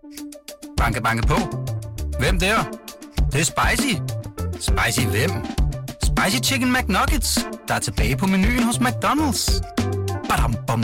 Banke, banke på. Hvem der? Det er spicy. Spicy hvem? Spicy Chicken McNuggets, der er tilbage på menuen hos McDonald's. Badum, bom,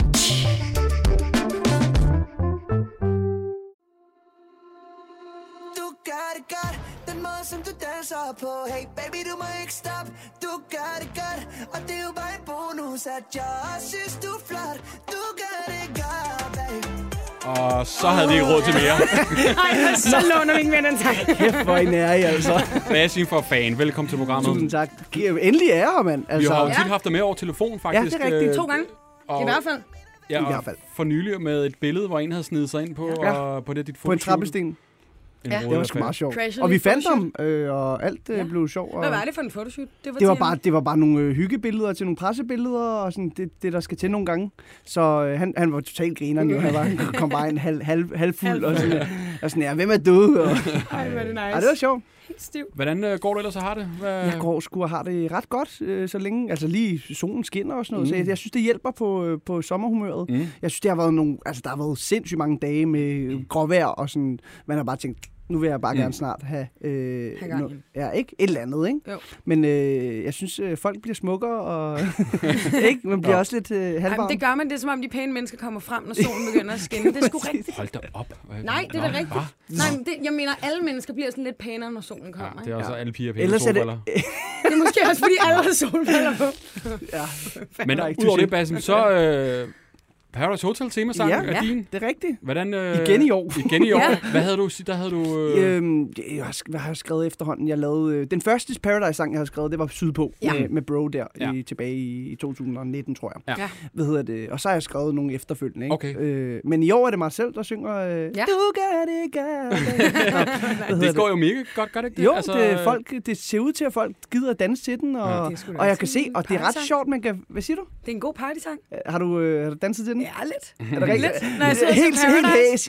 Du gør det godt, den måde som du danser på. Hey baby, du må ikke stoppe. Du gør det godt, og det er jo bare en bonus, at jeg også synes, du er flot. Du gør det godt, baby. Og så havde vi ikke råd til mere. Nej, så låner vi ikke mere den tak. Kæft, hvor I nær I, altså. Basim for fan. Velkommen til programmet. Tusind tak. Endelig er her, mand. Altså, vi har jo tit haft dig med over telefon, faktisk. Ja, det er rigtigt. 2 gange. I hvert fald. Ja, i hvert fald. For nylig med et billede, hvor en havde snedet sig ind på, og på det dit foto. På en trappesten. Ja. Det var sgu meget sjovt. Og vi fandt ham, og alt blev sjovt. Hvad var det for en fotoshoot? Det var bare nogle hyggebilleder til nogle pressebilleder, og sådan det der skal til nogle gange. Så han var totalt grineren jo. Han kom bare en halvfuld, og sådan, ja, hvem er du? Ej, hvor er det nice. Ja, det var sjovt. Helt stiv. Hvordan går du ellers og har det? Jeg går sgu og har det ret godt, så længe, altså lige solen skinner og sådan noget. Så jeg synes, det hjælper på sommerhumøret. Jeg synes, det har været der har været sindssygt mange dage med gråvejr, og sådan, man har bare tænkt, nu vil jeg bare gerne snart have ikke? Et eller andet, ikke? Jo. Men jeg synes, folk bliver smukkere, og ikke? Man bliver også lidt halvvarm. Det gør man, det er som om de pæne mennesker kommer frem, når solen begynder at skinne. Det er sgu rigtigt. Hold da op. Nej, det er da rigtigt. Nej, men jeg mener, alle mennesker bliver sådan lidt pænere, når solen kommer. Ja, det er også alle piger pæne Ellers solbriller. Det er måske også, fordi alle har solbriller på. Ja. Men udover det, Basim, så... Paradise Hotel temasang er din. Det er rigtigt. Hvordan, igen i år. Hvad havde du? Der havde du... Hvad har jeg skrevet efterhånden? Jeg lavede den første Paradise-sang, jeg havde skrevet, det var Sydpå med Bro der tilbage i 2019, tror jeg. Ja. Hvad hedder det? Og så har jeg skrevet nogle efterfølgende. Ikke? Okay. Men i år er det mig selv, der synger Du gør det godt. Det går jo mega godt, gør det ikke det? Jo, altså... det ser ud til, at folk gider at danse til den, og jeg kan se, og det er ret sjovt, man kan... Hvad siger du? Det er en god partysang. Har du danset til den? Ja, lidt. Er det rigtigt? Lidt, når jeg sidder helt hæs,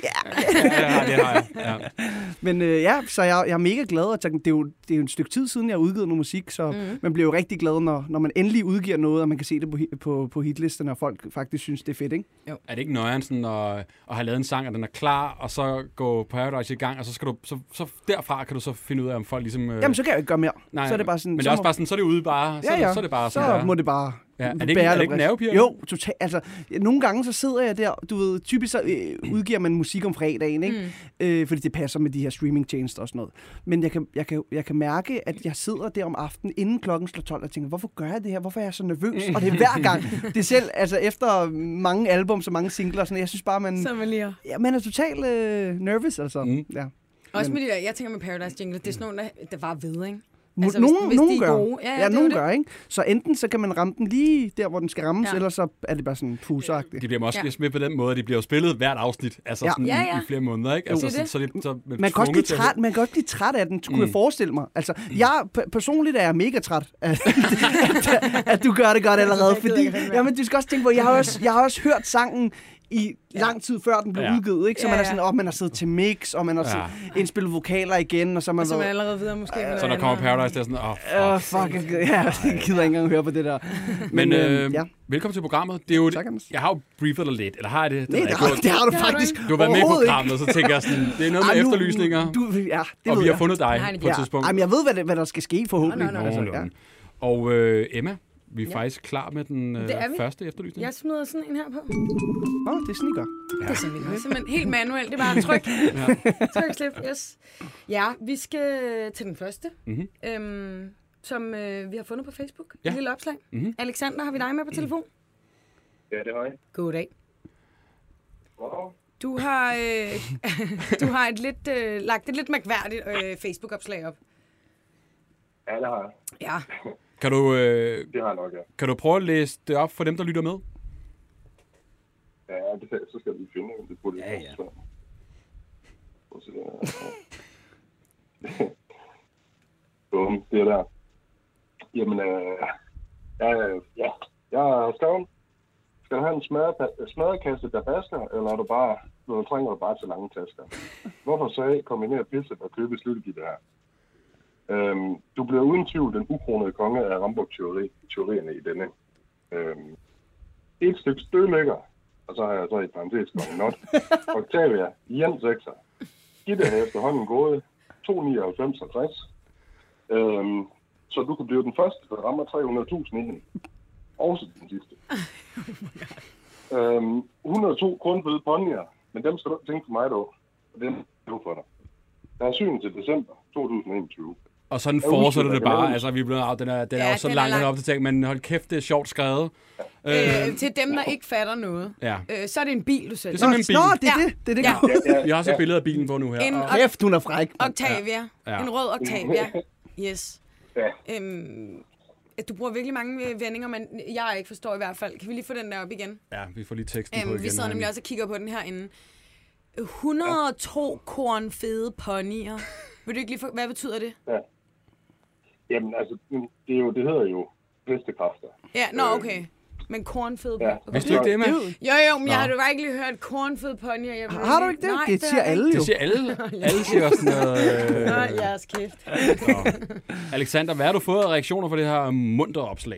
ja, det har jeg. Ja. Men så jeg er mega glad, og det er jo en stykke tid siden, jeg har udgivet noget musik, så man bliver jo rigtig glad, når man endelig udgiver noget, og man kan se det på hitlisterne, og folk faktisk synes, det er fedt, ikke? Jo. Er det ikke nøjeren sådan at have lavet en sang, og den er klar, og så gå Paradise i gang, og så skal du så derfra kan du så finde ud af, om folk ligesom... Jamen, så kan jeg ikke gøre mere. Nej, så er det bare sådan... Men det er også bare sådan, så er det ude bare. Så er det bare sådan, så må det bare... Ja. Er det ikke nervepirrende? Jo, totalt. Altså, nogle gange så sidder jeg der, du ved, typisk så udgiver man musik om fredagen, ikke? Fordi det passer med de her streamingtjenester og sådan noget. Men jeg kan mærke, at jeg sidder der om aftenen, inden klokken slår 12, og tænker, hvorfor gør jeg det her? Hvorfor er jeg så nervøs? Og det er hver gang. Det er selv, altså efter mange albums og mange singler og sådan, jeg synes bare, man er totalt nervous, altså. Ja. Også med de der, jeg tænker med Paradise Jingle, det er sådan nogle, der var ved, ikke? Altså, hvis nogen gør. Gode. Ja, nogen gør, ikke? Så enten så kan man ramme den lige der, hvor den skal rammes, eller så er det bare sådan pusagtigt. De bliver måske med på den måde, de bliver jo spillet hvert afsnit, altså sådan i flere måneder, ikke? Altså, så man kan godt blive træt af den, kunne jeg forestille mig. Altså, jeg personligt er mega træt af, at du gør det godt allerede, fordi jamen, du skal også tænke på, jeg har også hørt sangen i lang tid før den blev udgivet, ikke? Så man er sådan, man har siddet til mix, og man har indspillet vokaler igen, og så man er allerede videre måske. Så der kommer Paradise, der er sådan, fuck, jeg gider ikke engang høre på det der. Men velkommen til programmet. Det er jo, jeg har jo briefet dig lidt, eller har jeg det? Nej, det har du faktisk. Du har været med i programmet, og så tænker jeg sådan, det er noget med efterlysninger, og vi har fundet dig på et tidspunkt. Jamen, jeg ved, hvad der skal ske forhåbentlig. Og Emma, vi er faktisk klar med den første efterlysning. Jeg smider sådan en her på. Det er sådan, I gør. Ja. Det er sådan, vi gør. Simpelthen helt manuelt. Det er bare tryk. Tryk, slip, yes. Ja, vi skal til den første, som vi har fundet på Facebook. Et lille opslag. Alexander, har vi dig med på telefon? Ja, det har jeg. Goddag. Wow. Du har, lagt et lidt mærkværdigt Facebook-opslag op. Ja, det har jeg. Ja. Kan du, det har jeg nok, ja. Kan du prøve at læse det op for dem, der lytter med? Ja, så skal vi finde det. Burde ja. Det er der. Jamen, jeg har skrevet. Skal du have en smadrekasse, der basker, eller er du bare, trænger du bare til lange tasker? Hvorfor så kombinere pizza og købe sluttegitter? Du bliver uden tvivl den ukronede konge af Rambuk-teorierne i denne. Et stykke stødlægger, og så har jeg så i parentes kongen not. Octavia, Jens 6'er. Gitte er efterhånden gået 2,99,60. Så du kan blive den første, der rammer 300.000 i hende. Også den sidste. 102 grundfede ponyer, men dem skal du ikke tænke på mig dog. Og dem er jo for dig. Der er 7. til december 2021. Og sådan fortsætter det bare. Altså, vi er blevet, den er jo så langt op til ting, men hold kæft, det er sjovt skrevet. Til dem, der ikke fatter noget, så er det en bil, du sælger. Det er simpelthen en bil. Det er det. Ja. Vi har også et billede af bilen på nu her. Kæft, hun er fræk. Octavia. Ja. En rød Octavia. Yes. Ja. Du bruger virkelig mange vendinger, men jeg ikke forstår i hvert fald. Kan vi lige få den der op igen? Ja, vi får lige teksten på igen. Vi sidder nemlig også og kigger på den herinde. 102 kornfede ponyer. Vil du ikke lige hvad betyder det? Ja. Jamen, altså, det hedder jo hestekræfter. Ja, okay. Men kornfede ponyer. Okay. Vidste du ikke det, med? Jo, men jeg har jo ikke lige hørt kornfede ponyer. Har du ikke det? Nej, det siger alle jo. Det siger alle. Alle siger også noget... Nej, jeres kæft. Alexander, hvad har du fået af reaktioner på det her muntre opslag?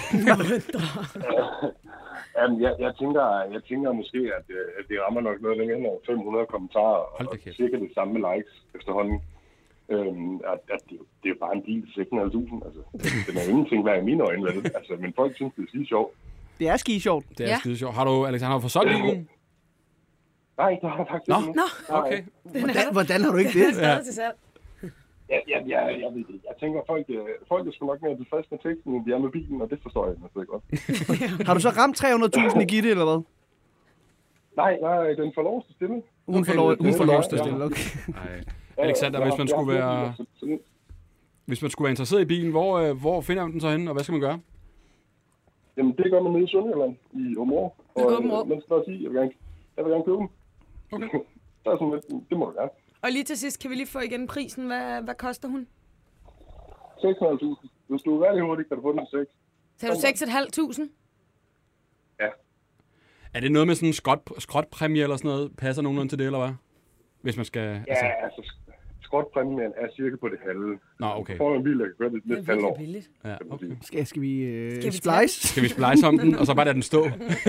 Jamen, jeg tænker måske, at det rammer nok noget længere end 500 kommentarer og cirka det samme likes efterhånden. Det er jo bare en bil til 6.500. Altså, den er ingenting værd i mine øjne, vel? Altså, men folk synes, det er skide sjovt. Det er skide sjovt. Det er skide sjovt. Har du, Alexander, fået solgt bilen? Nej, det har jeg faktisk ikke. Nå, okay. Hvordan har du ikke det? Den er stadig til salg. Jeg ved det. Jeg tænker, folk er sgu nok mere tilfredse med teksten, end de er med bilen, og det forstår jeg næsten godt. Har du så ramt 300.000 i Gitte, eller hvad? Nej, den får lov til stille. Hun får lov til stille, okay. Alexander, hvis man skulle være interesseret i bilen, hvor finder man den så henne, og hvad skal man gøre? Jamen, det gør man nede i Sønderjylland, i Aabenraa. Men skal jeg sige, jeg vil gerne købe den. Okay. Så er sådan lidt, det må du gerne. Og lige til sidst, kan vi lige få igen prisen? Hvad koster hun? 600.000. Hvis du er rigtig hurtigt, kan du få den til 6. Tager du 6.500? Ja. Er det noget med sådan en skrotpræmie eller sådan noget? Passer nogenlunde til det, eller hvad? Hvis man skal... Ja, altså skrotpræmien er cirka på det halve. Nå, okay. For en bil, der kan gøre det lidt halvår. Ja, okay. Skal vi splice? Skal vi splice om den, og så bare lade den stå?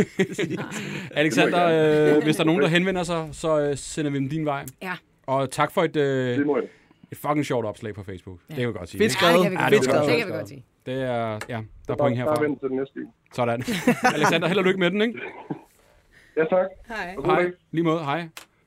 Alexander, hvis der er nogen, der henvender sig, så sender vi dem din vej. Ja. Og tak for et fucking sjovt opslag på Facebook. Ja. Det kan vi godt sige. Fedt skrevet. Det kan vi godt sige. Det er, der er point herfra. Bare vent til den næste bil. Sådan. Alexander, held og lykke med den, ikke? Ja, tak. Hej. Lige måde, hej.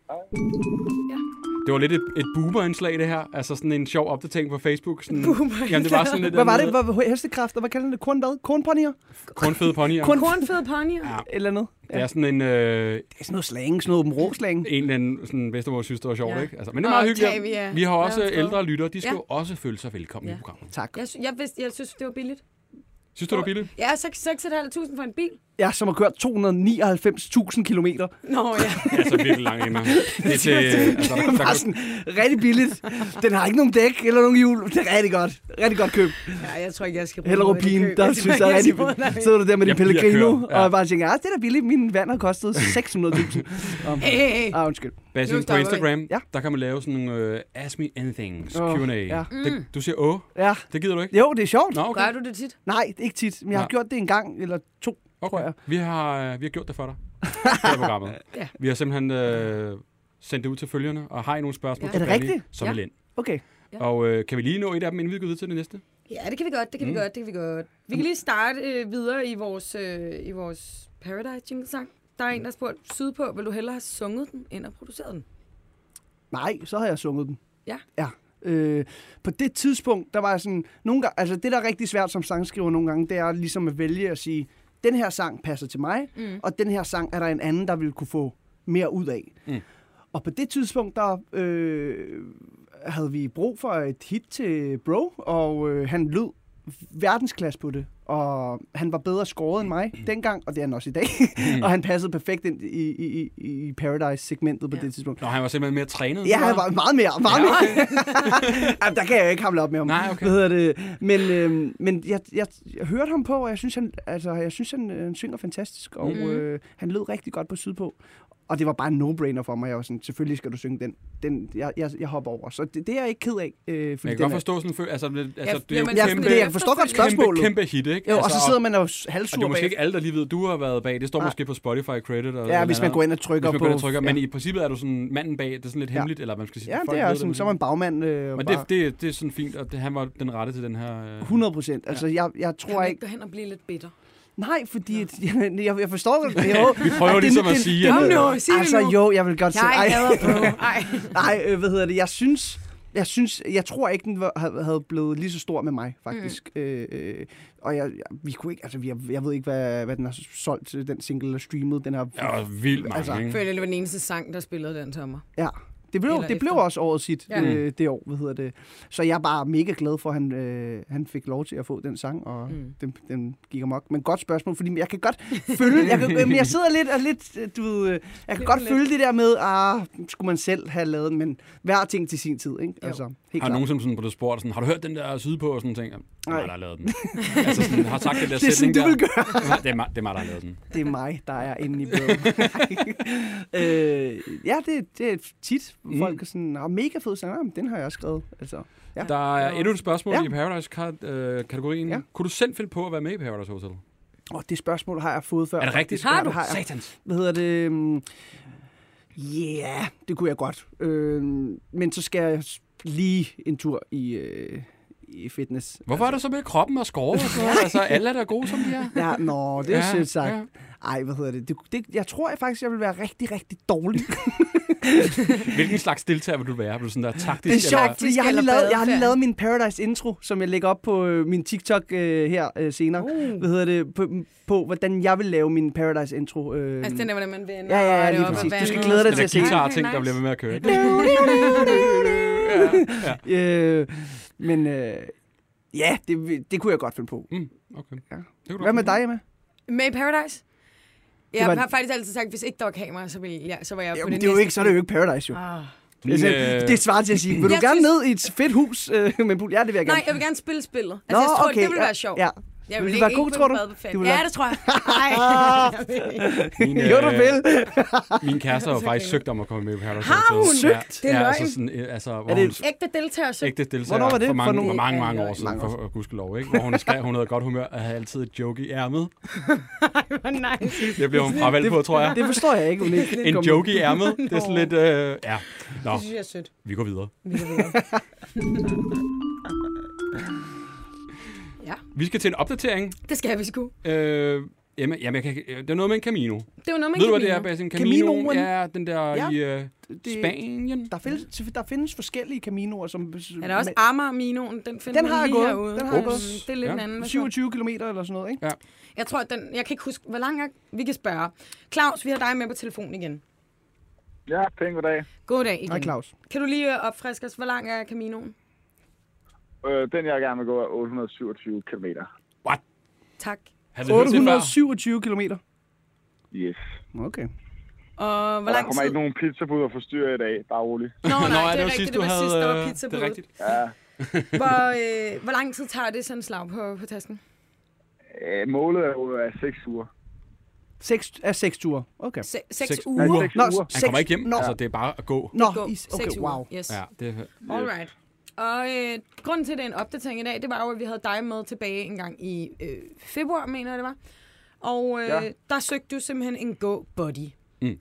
Ja. Det var lidt et boomer-indslag, det her. Altså sådan en sjov opdatering på Facebook. Sådan, jamen, det var sådan lidt... Hvad var det? Hvad hestekræfter? Hvad kalder det? Kornponyer? Kornfede ponyer. Kornfede ponyer? Ja. Eller noget? Det er sådan en... det er sådan noget slang, sådan noget åben rå-slang. En eller anden sådan bedstemor synes, det var sjovt, ikke? Altså, men det er meget hyggeligt. Vi har også ældre lyttere. De skal også føle sig velkommen i programmet. Tak. Jeg synes, det var billigt. Synes du, det var billigt? Ja, 6.500 for en bil. Ja, som har kørt 299.000 kilometer. Nå, ja. Altså virkelig langt Emma. Det er til... Altså, det var sådan rigtig billigt. Den har ikke nogen dæk eller nogen hjul. Det er rigtig godt. Rigtig godt køb. Ja, jeg tror ikke, jeg skal bruge Hellerup-pigen, der synes jeg er rigtig billigt. Sidder du der med din Pellegrino, og jeg bare tænker, det er da billigt. Min vand har kostet 600.000. Undskyld. Basim, på Instagram, der kan man lave sådan nogle Ask Me Anything, Q&A. Ja. Du siger Ja. Det gider du ikke? Jo, det er sjovt. Nå, okay. Gør du det tit? Nej, ikke tit. Men jeg har gjort det en gang eller to, tror jeg. Vi har gjort det for dig. Det er programmet. Ja. Vi har simpelthen sendt det ud til følgerne, og har I nogle spørgsmål til Fanny, så vil ind. Okay. Ja. Og kan vi lige nå et af dem, inden vi går videre til det næste? Ja, det kan vi godt. Vi kan lige starte videre i vores Paradise Jingle-sang. Der er en, der har spurgt sydpå, vil du hellere have sunget den, end at producere den? Nej, så har jeg sunget den. Ja? Ja. På det tidspunkt, der var jeg sådan... Nogle gange, altså det, der er rigtig svært som sangskriver nogle gange, det er ligesom at vælge at sige, den her sang passer til mig, og den her sang er der en anden, der vil kunne få mere ud af. Og på det tidspunkt, der havde vi brug for et hit til Bro, og han lød verdensklasse på det. Og han var bedre skåret end mig dengang, og det er han også i dag. Og han passede perfekt ind i Paradise-segmentet på det tidspunkt. Nå, han var simpelthen mere trænet? Ja, han var meget mere. Okay. Jamen, der kan jeg ikke hamle op med ham. Nej, okay. Hvad hedder det? Men jeg hørte ham på, og jeg synes, han synger fantastisk, og han lød rigtig godt på Sydpå. Og det var bare en no-brainer for mig. Jeg var sådan, selvfølgelig skal du synge den. Jeg hopper over. Så det er jeg ikke ked af. Jeg kan godt forstå sådan en jeg forstår godt spørgsmålet. Kæmpe hit, ikke? ikke? Jo, og så sidder man jo halvsur og det er måske ikke alle, der lige ved, du har været bag. Det står måske på Spotify credit. Ja, hvis man går ind og trykker på. Men i princippet er du sådan manden bag. Det er sådan lidt hemmeligt, eller man skal sige. Ja, det er sådan, så er man bagmand. Men det er sådan fint, og han var den rette til den her... 100%. Altså, jeg tror ikke... Kan du hen og blive lidt bitter? Nej, fordi jeg forstår det. Vi prøver ligesom at sige... Kom nu, sig det nu. Jo, jeg vil godt sige... Nej, hvad hedder det? Jeg tror ikke, den havde blevet lige så stor med mig, faktisk. Og vi kunne ikke, altså, jeg ved ikke, hvad den har solgt til den single, der streamede. Den har vildt mange, ikke? Jeg føler, det var den eneste sang, der spillede den sommer. Ja. Det blev også året sit, det år, hvad hedder det. Så jeg er bare mega glad for, at han fik lov til at få den sang, og den gik amok. Men godt spørgsmål, fordi jeg kan godt følge, jeg sidder lidt, du ved, jeg kan godt følge det der med, skulle man selv have lavet den, men hver ting til sin tid, ikke? Altså, helt har nogen sådan på det sport, sådan, har du hørt den der Sydpå og sådan ting? Nej, der har lavet den. Altså sådan, har sagt den der det er sætning sådan, der. Du vil gøre. Det er mig, der har lavet den. Det er mig, der er inde i bladet. Ja, det er tit, folk er sådan, mega fed sang, den har jeg også skrevet. Altså, ja. Der er endnu et spørgsmål i Paradise-kategorien. Ja. Kunne du selv finde på at være med i Paradise Hotel? Det spørgsmål har jeg fået før. Er det rigtigt? Har du? Satans. Hvad hedder det? Ja, det kunne jeg godt. Men så skal jeg lige en tur i fitness. Hvorfor er der så med kroppen og skåret og sådan noget? Altså, alle er der gode, som de er. Ja, det er sødt sagt. Ja. Ej, hvad hedder det? Jeg tror faktisk, jeg vil være rigtig, rigtig dårlig. Hvilken slags deltager vil du være? Er du sådan der taktisk? Det er sjovt, fordi jeg har lige lavet min Paradise intro, som jeg lægger op på min TikTok her senere. Hvad hedder det? På hvordan jeg vil lave min Paradise intro. Altså den der, hvordan man vender. Ja, lige præcis. Du skal glæde dig til at se. Det er guitar-ting, der bliver ved med at køre. Men det kunne jeg godt finde på. Okay. Ja. Hvad med dig, Emma? Med i Paradise? Jeg har faktisk altid sagt, at hvis ikke der var kamera, så var jeg på det næste. Så er det jo ikke Paradise, jo. Det svarer til at sige, vil du gerne ned i et fedt hus med en pool? Ja, det vil jeg gerne. Nej, jeg vil gerne spille spillet. Altså, jeg tror, det ville være sjovt. Ja. Jeg vil være god, tror du? Ja, det tror jeg. Jo, du vil. Min kæreste har jo faktisk søgt om at komme med i Paradise. Har hun? Søgt? Det er løgn. Er det ægte deltager? Ægte deltager. Hvornår var det? For mange år siden, for gudskelov, ikke? Hvor hun skrev, hun havde godt humør og havde altid et joke i ærmet. Hvor nice. Det blev hun fravalgt på, tror jeg. Det forstår jeg ikke. En joke i ærmet. Det er sådan lidt, ja. Nå, det synes jeg er sødt. Vi går videre. Ja. Vi skal til en opdatering. Det skal vi sgu. Jamen, det er noget med en Camino. Det er noget med en Camino. Ved du, hvad det er, Bastian? Camino er den der i Spanien. Der findes forskellige Caminoer. Er der også Amar-Minoen? Den har jeg gået. Herude. Den har jeg gået. Det er lidt en anden. 27 kilometer eller sådan noget, ikke? Ja. Jeg tror, jeg kan ikke huske, hvor lang er. Vi kan spørge. Claus, vi har dig med på telefon igen. Ja, pænt goddag. Goddag igen. Hej, Claus. Kan du lige opfriske os, hvor lang er Caminoen? Den, jeg gerne vil gå, er 827 kilometer. What? Tak. 827 kilometer? Yes. Okay. Og hvor lang tid? Der kommer ikke nogen pizzabud at forstyrre i dag, bare roligt. Nå, det er rigtigt, det var sidst, der var pizzabud. Det er rigtigt. Ja. Hvor lang tid tager det sådan en slag på tasken? Målet er jo 6 uger. 6 ture. Okay. 6 uger? Nå, Han kommer ikke hjem, altså det er bare at gå. Okay, 6 uger. Wow. Yes. Ja, det er... Alright. Og grunden til, at det er en opdatering i dag, det var jo, at vi havde dig med tilbage en gang i februar, mener jeg det var. Og der søgte du simpelthen en go-buddy. Yes.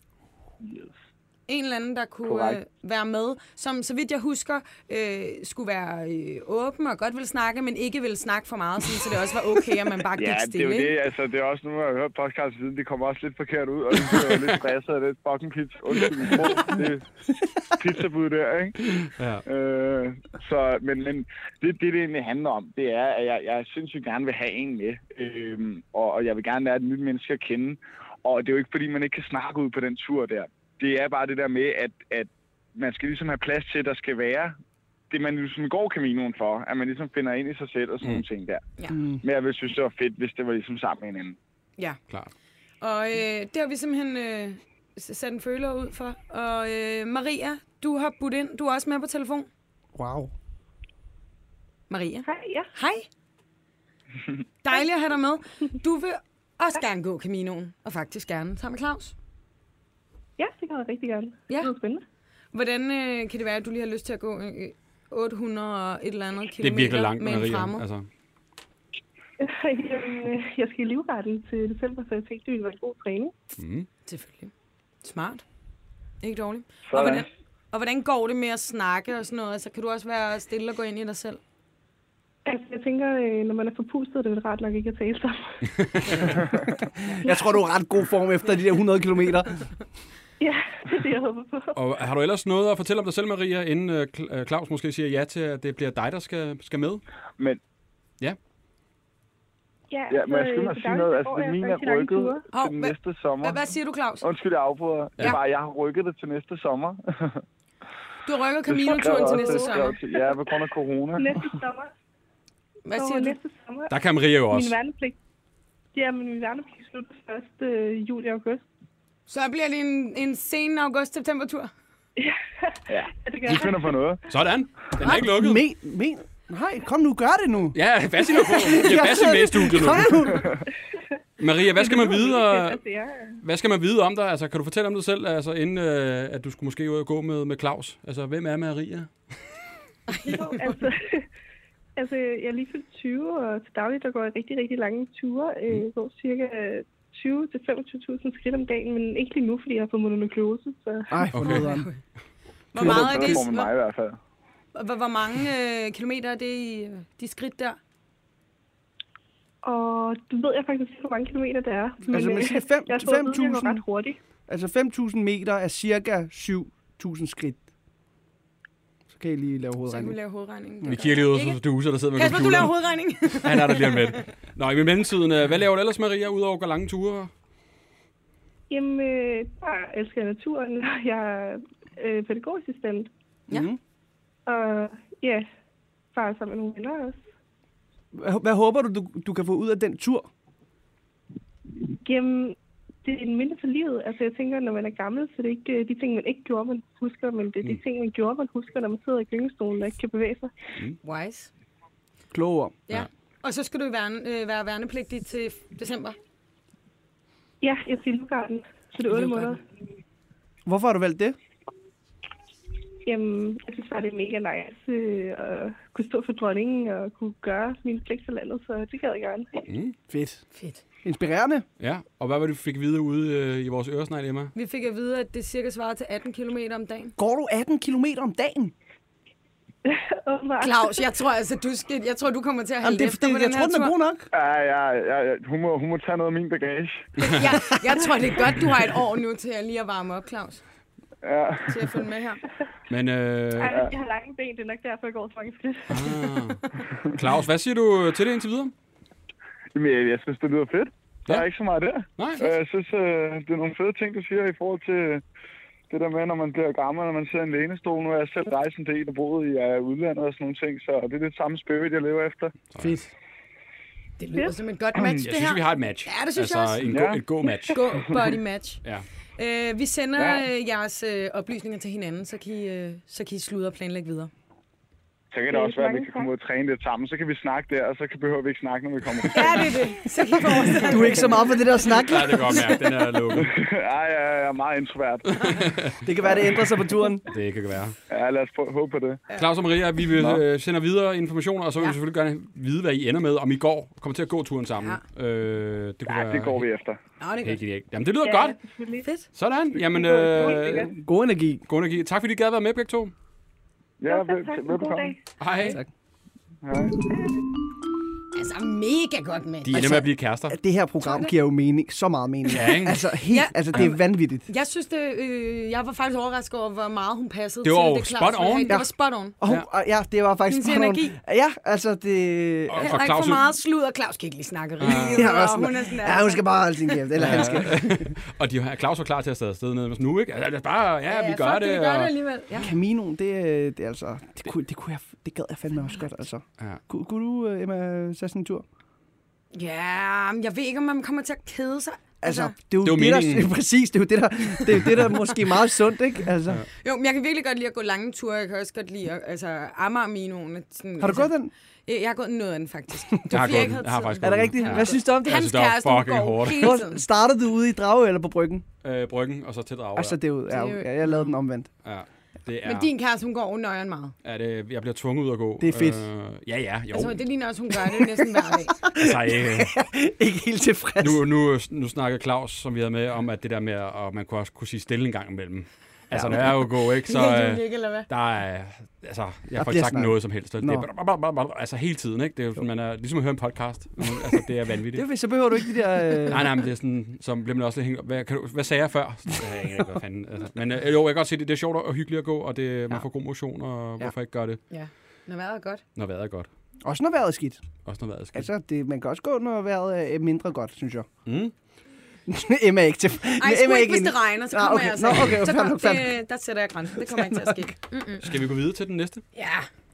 En eller anden, der kunne være med, som så vidt jeg husker, skulle være åben og godt ville snakke, men ikke ville snakke for meget, sådan, så det også var okay, at man bare gik stille. Ja, det er jo det. Altså, det er også nu, jeg har hørt podcast siden, det kommer også lidt forkert ud, og det er jo lidt stresset af det fucking pizza. Undskyld min sprog. Det pizzabud der, ikke? Ja. Men det egentlig handler om, det er, at jeg synes, jeg gerne vil have en med, og jeg vil gerne lære et nyt menneske at kende. Og det er jo ikke, fordi man ikke kan snakke ud på den tur der. Det er bare det der med, at man skal ligesom have plads til, at der skal være det, man ligesom går Caminoen for. At man ligesom finder ind i sig selv og sådan nogle ting der. Ja. Men jeg ville synes, det var fedt, hvis det var ligesom sammen med hinanden. Ja. Klart. Og det har vi simpelthen sat en føler ud for. Og Maria, du har budt ind. Du er også med på telefon. Wow. Maria? Hej, ja. Hej. Dejligt at have dig med. Du vil også gerne gå Caminoen, og faktisk gerne sammen med Claus. Ja, det kan jeg rigtig gerne. Ja. Det er spændende. Hvordan kan det være, at du lige har lyst til at gå 800 og et eller andet kilometer det er virkelig langt, med en Maria. fremmed? Altså. Jeg skal i livretten til december, så jeg tænkte, det ville være en god træning. Selvfølgelig. Smart. Ikke dårligt. Sådan. Og hvordan går det med at snakke og sådan noget? Altså, kan du også være stille og gå ind i dig selv? Altså, jeg tænker, når man er forpustet, det er det ret nok ikke at tale sammen. Jeg tror, du er ret god form efter de der 100 kilometer. Ja, det er det, jeg håber på. Og har du ellers noget at fortælle om dig selv, Maria, inden Claus måske siger ja til, at det bliver dig, der skal med? Men Ja. ja, men jeg skulle sige noget. Altså, det min er rykket til den næste sommer. Hvad siger du, Claus? Undskyld, jeg afbryder. Ja. Jeg har rykket det til næste sommer. Du har rykket Camino-turen til næste sommer? Ja, på grund af corona. Næste sommer. Hvad siger du? Næste sommer. Der kan Maria jo også. Min værnepligt. Ja, men min værnepligt slutter 1. juli og august. Så bliver det en sen august-september-tur? Ja, det gør Vi finder på noget. Sådan. Den er ikke lukket. Nej, kom nu, gør det nu. Ja, Bassi nu på. Ja, Bassi med i studiet nu. Kom nu. Maria, hvad skal man vide om dig? Altså, kan du fortælle om dig selv, altså, inden at du skulle måske ud og gå med Claus? Altså, hvem er Maria? Jo, altså, jeg er lige fyldt 20, og til dagligt der går jeg rigtig, rigtig lange ture. Går cirka 20-25.000 skridt om dagen, men ikke lige nu, fordi jeg har fået mononukleose. Så. Ej, for nederen. Hvor meget er det? For mig i hvert fald. Hvor mange kilometer er det i de skridt der? Og du ved jeg faktisk ikke, hvor mange kilometer det er. Men Altså, man siger jeg tror, at jeg går ret hurtigt. Altså 5.000 meter er cirka 7.000 skridt. Så kan I lige lave Så kan vi hovedregning. lave hovedregningen. Vi kigger lige ud fra stuset, der sidder med Kasper, du laver hovedregning. Han er der lige med. Nå, i mellemtiden, hvad laver du ellers, Maria, udover at gå lange ture? Jamen, jeg elsker naturen. Jeg er pædagogassistent. Ja. Og ja, far sammen med nogle venner også. Hvad håber du kan få ud af den tur? Jamen, det er en minde for livet. Altså, jeg tænker, når man er gammel, så det er ikke de ting, man ikke gjorde, man husker, men det er de ting, man gjorde, man husker, når man sidder i gyngestolen og ikke kan bevæge sig. Wise. Kloge ord. Ja. Og så skal du være værnepligtig til december. Ja, jeg skal i Livgarden, så det er 8 måneder. Hvorfor har du valgt det? Jamen, jeg synes bare, det er mega nice at kunne stå for dronningen og kunne gøre min pligt for landet, så det gad jeg gerne. Fedt. Inspirerende. Ja, og hvad var det, du fik vide ude i vores øresnegl, Emma? Vi fik at vide, at det cirka svarer til 18 kilometer om dagen. Går du 18 kilometer om dagen? Claus, jeg tror, du kommer til at halde efter på den her tur. Jeg tror, den er god nok. Ja, hun må tage noget af min bagage. Jeg tror, det er godt, du har et år nu til at lige at varme op, Claus. Ja. Til at følge med her. Men, jeg har lange ben, det er nok derfor, jeg går så mange skridt. Claus, hvad siger du til det indtil videre? Jamen, jeg synes, det lyder fedt. Der er ikke så meget der. Nej. Jeg synes, det er nogle fede ting, du siger i forhold til det der med, når man bliver gammel, når man sidder i en lænestol. Nu er jeg selv rejst en del og boet i udlandet og sådan nogle ting, så det er det samme spirit, jeg lever efter. Fedt. Det lyder som et godt match, det her. Jeg synes, vi har et match. Ja, det synes jeg også. Et god match. God body match. Ja. Vi sender jeres oplysninger til hinanden, så kan I sludre og planlægge videre. Så kan det også være, at vi kan komme ud og træne lidt sammen. Så kan vi snakke der, og så behøver vi ikke snakke, når vi kommer. Ja, det er det. Så kan I du er ikke så meget for det der snak. Nej, det kan godt mærke. Den er lukket. Ja, jeg er meget introvert. Det kan være, det ændrer sig på turen. Det kan være. Ja, lad os håbe på det. Claus og Maria, vi vil sende videre informationer, og så vil vi selvfølgelig gerne vide, hvad I ender med, om I kommer til at gå turen sammen. Ja. Det går vi efter. Nå, det er godt. Jamen, det lyder godt. Fedt. Sådan. Jamen, god energi. God energi. Tak fordi I gad være med begge to. Ja, velbekomme. Hej. Tak. Hej. Altså, mega godt med. De ender med at blive kærester. Det her program giver jo mening. Så meget mening. Ja, ikke? Altså, det er vanvittigt. Jeg synes, jeg var faktisk overrasket over, hvor meget hun passede det var til det. Spot on. Det var spot on. Ja, det var faktisk spot on. Energi. Ja, altså det... Og ikke for meget sludder. Claus kan ikke lige snakke rigtigt. Hun skal bare holde sin kæft. Eller han skal. Og Claus var klar til at stå afsted ned med nu, ikke? Altså, bare, vi gør det. Vi gør det alligevel. Caminoen, det altså... Det gad jeg fandme også godt, altså. Kunne du, Emma, tage sådan en tur? Ja, jeg ved ikke, om man kommer til at kede sig. Altså, det er jo det der, præcis, det er jo det der måske meget sundt, ikke? Altså. Jo, men jeg kan virkelig godt lide at gå lange ture. Jeg kan også godt lide, Amager-minoen. Har du gået den? Jeg har gået noget af den, faktisk. Jeg har faktisk er det rigtigt? Hvad synes du om det? Hans kæreste går hele tiden. Startede du ude i Dragør eller på Bryggen? Bryggen, og så til Dragør. Altså, det er jo, jeg lavede den omvendt. Ja. Det er, men din kæreste, hun går over nøjeren meget. Ja, jeg bliver tvunget ud at gå. Det er fedt. Ja, jo. Altså, det ligner også, hun gør det næsten hver dag. Altså, ikke helt tilfreds. Nu snakkede Claus, som vi havde med, om at det der med, at man kunne også kunne sige stille en gang imellem. Altså, når jeg er jo god, ikke? Så der er... Altså, jeg får ikke sagt noget som helst. Det er, altså, hele tiden, ikke? Det er jo sådan, man er ligesom at høre en podcast. Altså, det er vanvittigt. Så behøver du ikke de der... Nej, men det er sådan... Så bliver man også lidt hængt... Hvad sagde jeg før? Det har jeg ikke, hvad fanden. Altså. Men jo, jeg kan godt se, det er sjovt og hyggeligt at gå, og man får god motion, og hvorfor ikke gøre det? Ja, når vejret er godt. Når vejret er godt. Også når vejret er skidt. Altså, man kan også gå, når vejret er mindre godt, synes jeg. Emma er ikke til... Ej, ikke hvis det regner, så kommer jeg altså. Okay, der sætter jeg grænsen. Det kommer ikke til at ske. Skal vi gå videre til den næste? Ja.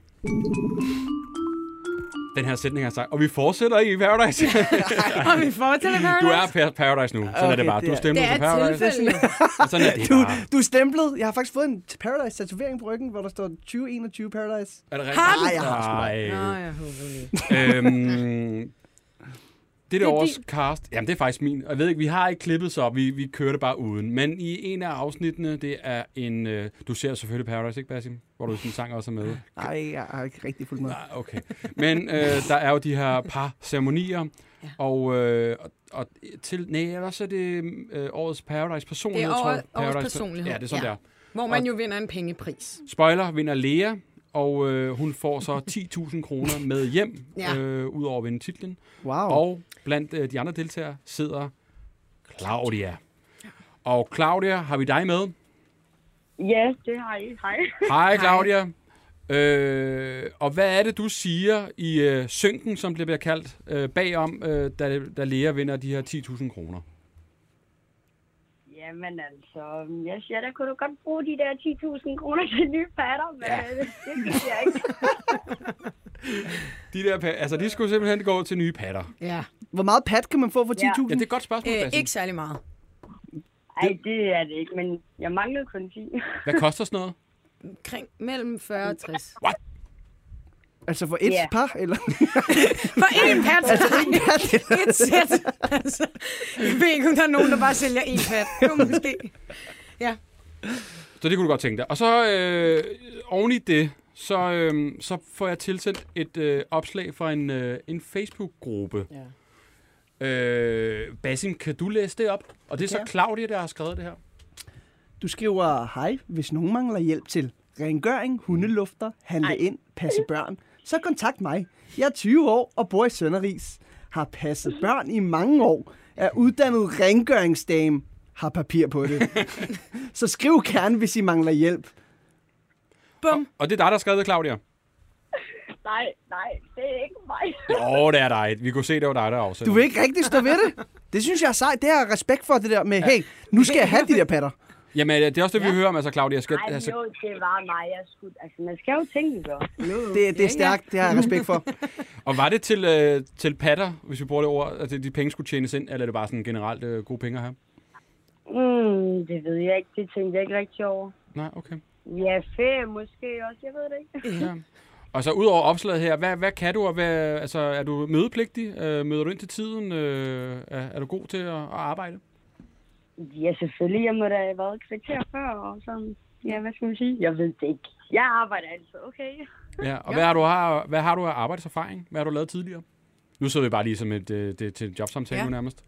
Den her sætning har sagt, og vi fortsætter i Paradise. Og vi fortsætter i Paradise. Du er Paradise nu, sådan er det bare. Du er stemplet på Paradise. Sådan er det bare. Du er stemplet. Jeg har faktisk fået en Paradise-tatovering på ryggen, hvor der står 2021 Paradise. Er det rigtigt? Nej, jeg har sgu da. Nej, jeg håber ikke. Det er års cast. Jamen, det er faktisk min. Jeg ved ikke, vi har ikke klippet så op. Vi kører det bare uden. Men i en af afsnittene, det er en... du ser selvfølgelig Paradise, ikke, Basim? Hvor du sådan sang også er med. Nej, jeg har ikke rigtig fulgt med. Nej, okay. Men der er jo de her par ceremonier. Ja. Og ellers er det årets Paradise personlighed. Det er årets personlighed. Ja, det er sådan der. Hvor man jo vinder en pengepris. Spoiler, vinder Lea. Og hun får så 10.000 kroner med hjem, ud over at vinde titlen. Wow. Og blandt de andre deltagere sidder Claudia. Og Claudia, har vi dig med? Ja, det har I. Hej. Hej, Claudia. Og hvad er det, du siger i synken, som bliver kaldt, bagom, da Lea vinder de her 10.000 kroner? Jamen altså, jeg siger, der kunne du godt bruge de der 10.000 kroner til nye patter, men det synes jeg ikke. De skulle simpelthen gå til nye patter. Ja. Hvor meget pat kan man få for 10.000? Ja, det er et godt spørgsmål, ikke særlig meget. Nej, det er det ikke, men jeg manglede kun 10. Hvad koster sådan noget? Mellem 40 og 60. What? Altså for et par, eller? For en pat. Altså en pat. Et sæt. Altså, jeg ved ikke, om der er nogen, der bare sælger en pat. Jo, måske. Ja. Så det kunne du godt tænke dig. Og så oven i det, så får jeg tilsendt et opslag fra en Facebook-gruppe. Ja. Basim, kan du læse det op? Og det er så Claudia, der har skrevet det her. Du skriver, hej, hvis nogen mangler hjælp til rengøring, hundelufter, handle ind, passe børn, så kontakt mig. Jeg er 20 år og bor i Sønderris. Har passet børn i mange år. Er uddannet rengøringsdame. Har papir på det. Så skriv gerne, hvis I mangler hjælp. Bum. Og det er dig, der har skrevet det, Claudia? Nej, det er ikke mig. Jo, det er dig. Vi kunne se, det var dig, der afsætter. Du vil ikke rigtig stå ved det? Det synes jeg er sejt. Det har jeg respekt for, det der med, hey, nu skal jeg have de der patter. Jamen, det er også det, vi hører om, altså, Claudia. Jo, det var mig. Altså, man skal jo tænke så. Det er stærkt, det har jeg respekt for. Og var det til patter, hvis vi bruger det ord, at de penge skulle tjenes ind, eller er det bare sådan generelt gode penge her? Det ved jeg ikke. Det tænkte jeg ikke rigtig over. Nej, okay. Ja, ferie måske også. Jeg ved det ikke. Ja. Og så ud over opslaget her, hvad kan du? Og altså, er du mødepligtig? Møder du ind til tiden? Er du god til at arbejde? Ja, selvfølgelig. Jeg må da have været kvarter før, og sådan. Ja, hvad skal man sige? Jeg ved det ikke. Jeg arbejder altså, okay. Ja, og hvad har du af arbejdserfaring? Hvad har du lavet tidligere? Nu sidder vi bare lige som til en jobsamtale nærmest.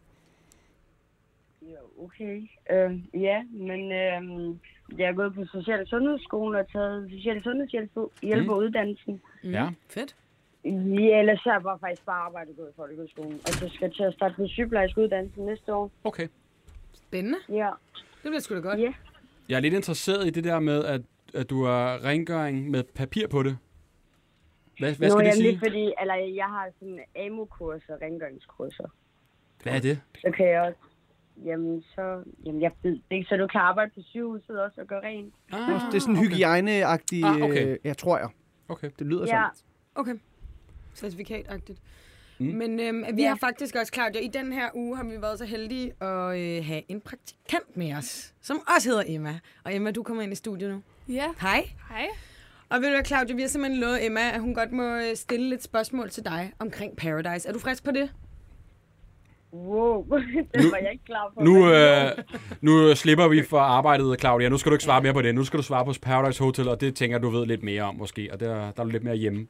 Jo, okay. Men jeg er gået på social- og sundhedsskolen og taget social- og sundhedshjælperuddannelsen. Ja. Fedt. Ja, ellers har jeg faktisk bare arbejdet gået i folkeskolen. Og så skal jeg til at starte på sygeplejerskeuddannelsen næste år. Okay. Spændende. Ja. Det bliver sgu da godt. Ja. Jeg er lidt interesseret i det der med, at du har rengøring med papir på det. Hvad skal det sige? Fordi, jeg har sådan AMO-kurser, rengøringskurser. Hvad er det? Så kan jeg også... Jamen, jeg ved det ikke, så du kan arbejde på sygehuset også og gøre rent. Det er sådan hygiejneagtigt, jeg tror jeg. Okay. Det lyder sådan. Okay. Certifikatagtigt. Men vi har faktisk også, Claudia, i den her uge har vi været så heldige at have en praktikant med os, som også hedder Emma. Og Emma, du kommer ind i studiet nu. Ja. Hej. Hej. Og ved du hvad, Claudia, vi har simpelthen lovet Emma, at hun godt må stille lidt spørgsmål til dig omkring Paradise. Er du frisk på det? Wow, det var jeg ikke klar på. Nu slipper vi for arbejdet, Claudia. Nu skal du ikke svare mere på det. Nu skal du svare på Paradise Hotel, og det tænker du ved lidt mere om måske. Og der er du lidt mere hjemme.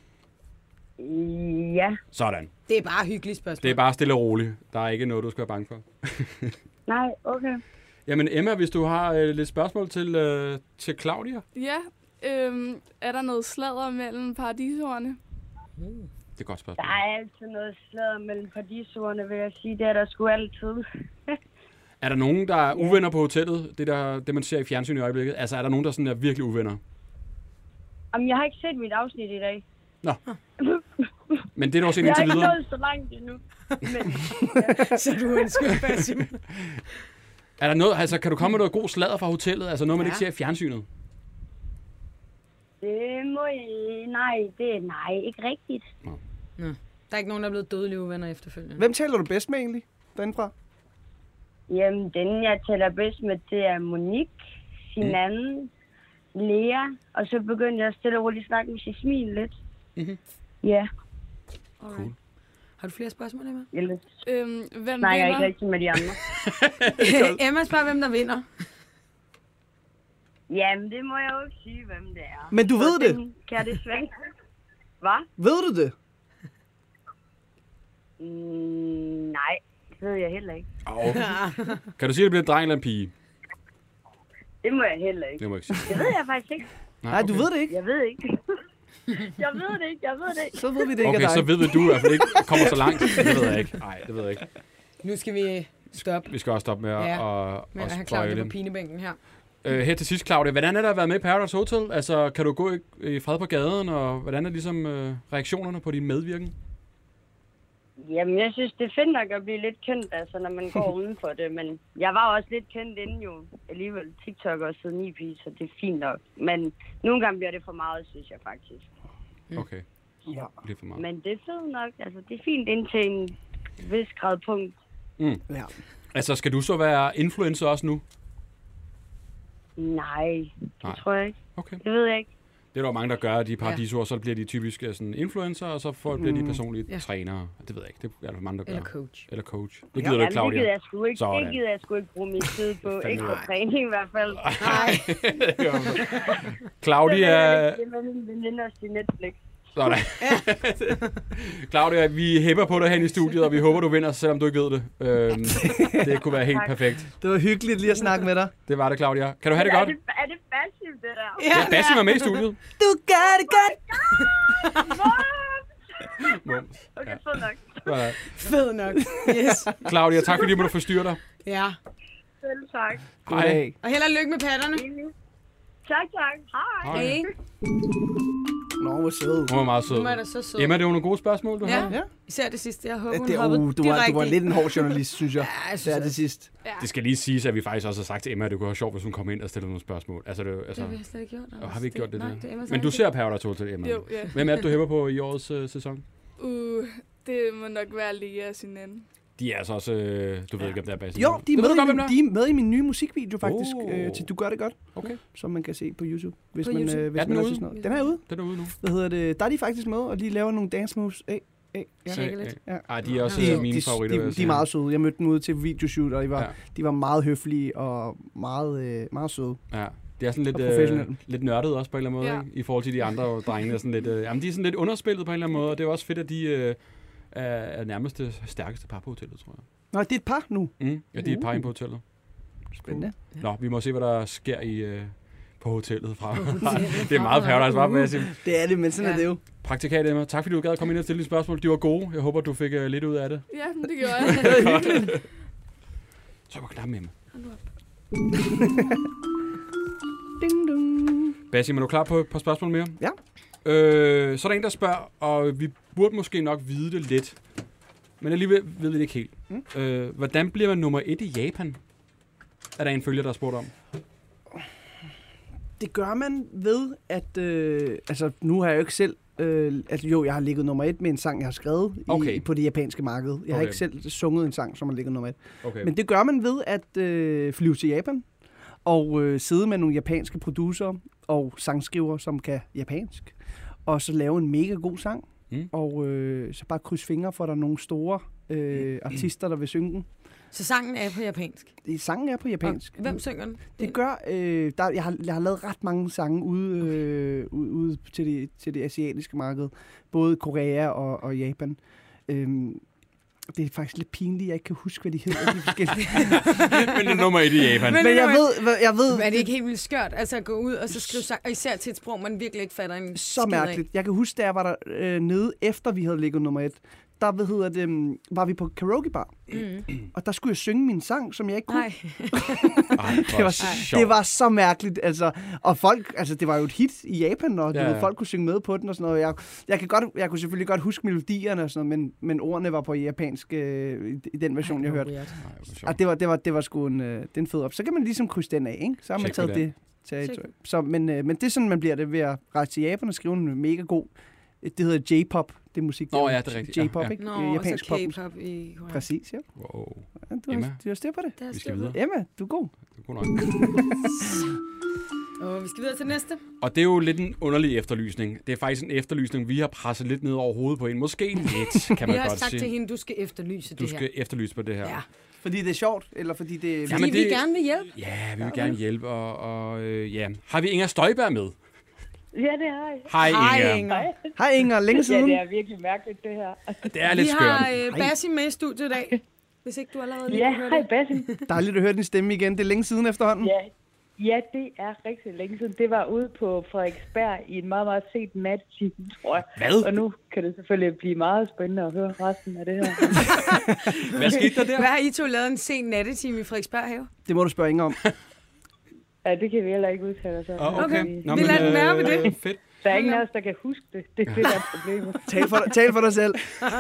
Ja. Sådan. Det er bare hyggeligt spørgsmål. Det er bare stille og roligt. Der er ikke noget, du skal være bange for. Nej, okay. Jamen Emma, hvis du har lidt spørgsmål til Claudia. Ja, er der noget sladder mellem paradisordene? Det er et godt spørgsmål. Der er altid noget sladder mellem paradisordene, vil jeg sige. Det er der sgu altid. Er der nogen, der er uvenner på hotellet? Det man ser i fjernsyn i øjeblikket. Altså, er der nogen, der sådan er virkelig uvenner? Jamen, jeg har ikke set mit afsnit i dag. Nå. Men det er nok set indtil videre. Jeg har ikke nået så langt endnu. Men, så du ønsker, Basim. Er der noget, altså kan du komme med noget god sladder fra hotellet? Altså noget, man ikke ser i fjernsynet? Det må jeg... Nej, ikke rigtigt. Nå. Der er ikke nogen, der er blevet dødelige uvenner efterfølgende. Hvem taler du bedst med egentlig, derindefra? Jamen, den jeg taler bedst med, det er Monique, Sinan, Lea, og så begyndte jeg stille og roligt at snakke med Jasmin lidt. Mm-hmm. Ja. Cool. Har du flere spørgsmål, Emma? Hvem snakker ikke rigtig med de andre. Emma spørger, hvem der vinder. Jamen, det må jeg jo ikke sige, hvem det er. Men du ved det? Kan jeg det svært? Hvad? Ved du det? Nej, det ved jeg heller ikke. Kan du sige, at det bliver en dreng eller en pige? Det må jeg heller ikke. Det må jeg ikke sige. Det ved jeg faktisk ikke. Nej, du ved det ikke? Jeg ved ikke. Jeg ved det ikke. Så ved vi det ikke okay, af dig. så ved du i hvert fald ikke kommer så langt. Det ved jeg ikke. Nej, det ved jeg ikke. Nu skal vi stoppe. Vi skal også stoppe med at have Claudia på pinebænken her. Her til sidst, Claudia. Hvordan er der at være med i Paradise Hotel? Altså, kan du gå i fred på gaden, og hvordan er ligesom reaktionerne på din medvirken? Jamen, jeg synes, det er fedt nok at blive lidt kendt, altså, når man går uden for det. Men jeg var også lidt kendt inden jo. Alligevel TikTok og siden IP, så det er fint nok. Men nogle gange bliver det for meget, synes jeg faktisk. Okay. Ja. Det er for meget. Men det er fedt nok. Altså, det er fint indtil en vis gradpunkt. Ja. Altså, skal du så være influencer også nu? Nej, det tror jeg ikke. Okay. Det ved jeg ikke. Det er der mange, der gør, de paradisoer, så bliver de typisk sådan influencer, og så bliver de personlige trænere. Det ved jeg ikke. Det er der mange, der gør. Eller coach. Det gider du ikke, Claudia. Det gider jeg sgu ikke bruge min tid på. Ikke på træning i hvert fald. Nej. Claudia... Det er med min veninde og sin Netflix. Sådan. Claudia, vi hæpper på dig hen i studiet, og vi håber, du vinder, selvom du ikke ved det. Det kunne være helt perfekt. Det var hyggeligt lige at snakke med dig. Det var det, Claudia. Kan du have det godt? Er det Basim, det der? Ja, Basim er med i studiet. Du gør det godt! Okay, fed nok. Fed nok, yes. Claudia, tak fordi du måtte forstyrre dig. Ja. Selv tak. Hej. Og held og lykke med patterne. Tak. Hej. Nå, hvor sød. Hun var meget sød. Hun var da så sød. Emma, det var nogle gode spørgsmål, du havde. Ja. Især det sidste. Jeg håber, hun Du var lidt en hård journalist, synes jeg. Ja, jeg synes det er det sidste. Ja. Det skal lige siges, at vi faktisk også har sagt til Emma, at det kunne være sjovt, hvis hun kom ind og stillede nogle spørgsmål. Altså, det har vi slet ikke gjort. Har vi ikke gjort det? Nej, Det Emma, men du ser Paradise Hotel, Emma. Jo, ja. Hvem er det, du hæpper på i årets sæson? Det må nok være Lea og sin anden. De er altså også... du ved ikke, om der er Basim. Jo, de er med i min nye musikvideo, faktisk. Til Du gør det godt. Okay. Som man kan se på YouTube. Hvis på man, YouTube. hvis man sådan noget. Den er ude. Den er ude nu. Hvad hedder det? Der er de faktisk med, og de laver nogle dance moves. Ej, de er også mine favoritter. De er meget søde. Jeg mødte dem ude til videoshoot, og de var meget høflige og meget søde. Ja. Det er sådan lidt nørdet også på en eller anden måde, ikke? I forhold til de andre drenge. Sådan lidt, jamen, de er sådan lidt underspillet på en eller anden måde, og det er også fedt, at de er nærmest det stærkeste par på hotellet, tror jeg. Nå, det er et par nu? Ja, de er et par inde på hotellet. Spændende. Nå, vi må se, hvad der sker på hotellet fra. Det er meget Paradise, var med at sige. Det er det, men sådan er det jo. Praktikant Emma, tak fordi du gad at komme ind og stille dine spørgsmål. De var gode. Jeg håber, du fik lidt ud af det. Ja, det gjorde jeg. Så på knappen, Emma. Ding, ding. Basim, er du klar på et par spørgsmål mere? Ja. Så er der en, der spørger, og vi burde måske nok vide det lidt, men alligevel ved vi det ikke helt. Hvordan bliver man nummer 1 i Japan? Er der en følger, der har spurgt om? Det gør man ved, at... altså, nu har jeg jo ikke selv... jeg har ligget nummer 1 med en sang, jeg har skrevet på det japanske marked. Jeg har ikke selv sunget en sang, som har ligget nummer 1. Okay. Men det gør man ved at flyve til Japan og sidde med nogle japanske producer og sangskriver, som kan japansk. Og så lave en mega god sang. Og så bare krydse fingre for, at der er nogle store artister, der vil synge den. Så sangen er på japansk? Sangen er på japansk. Og hvem synger den? Det gør... jeg har lavet ret mange sange ude til det asiatiske marked. Både Korea og Japan. Det er faktisk lidt pinligt, jeg ikke kan huske, hvad de hedder. De forskellige. Men det er nummer 1 i Japan. Men jeg ved... Men er det ikke helt vildt skørt, altså at gå ud og så skrive sang, og især til et sprog, man virkelig ikke fatter en så mærkeligt. Jeg kan huske, da jeg var der nede, efter vi havde ligget nummer 1, der var vi på karaokebar. Og der skulle jeg synge min sang, som jeg ikke kunne. Det var så mærkeligt, altså. Og folk, altså det var jo et hit i Japan, og folk kunne synge med på den og sådan noget. Jeg kunne selvfølgelig godt huske melodierne og sådan noget, men ordene var på japansk i den version, jeg hørte. Og det var sgu en fed op. Så kan man ligesom krydse den af, ikke? Så har man taget det territorium. Så, men det er sådan, man bliver det ved at rejse til Japan og skrive en mega god. Det hedder J-pop, det er musik. Ja, det er rigtigt. J-pop, ikke? Japansk pop. K-pop i Korea. Præcis, ja. Wow. Du har styr på det. Vi skal videre. Emma, du er god. Du er god nok. Og vi skal videre til næste. Og det er jo lidt en underlig efterlysning. Det er faktisk en efterlysning, vi har presset lidt ned over hovedet på en. Måske lidt, kan man godt sige. Vi har sagt til hende, du skal efterlyse det her. Du skal efterlyse på det her. Ja. Fordi det er sjovt, eller fordi det... Fordi vi gerne vil hjælpe. Ja, vi vil gerne hjælpe, og ja. Har vi Inger Støjberg med? Ja, det har jeg. Hej Inger. Hej Inger, længe siden. Ja, det er virkelig mærkeligt, det her. Det er lidt skørt. Vi har Basim med i studiet i dag, hvis ikke du allerede lige høre det. Ja, hej Basim. Dejligt at høre din stemme igen. Det er længe siden efterhånden. Ja, det er rigtig længe siden. Det var ude på Frederiksberg i en meget, meget set nattime, tror jeg. Hvad? Og nu kan det selvfølgelig blive meget spændende at høre resten af det her. Hvad skete der der? Hvad har I to lavet en sen nattetime i Frederiksberg have? Det må du spørge Inger om. Ja, det kan vi heller ikke udtale os om. Okay. Vi lader den være med det. Fedt. Der er ingen af os, der kan huske det. Det er det, der er problemet. Tal for dig selv.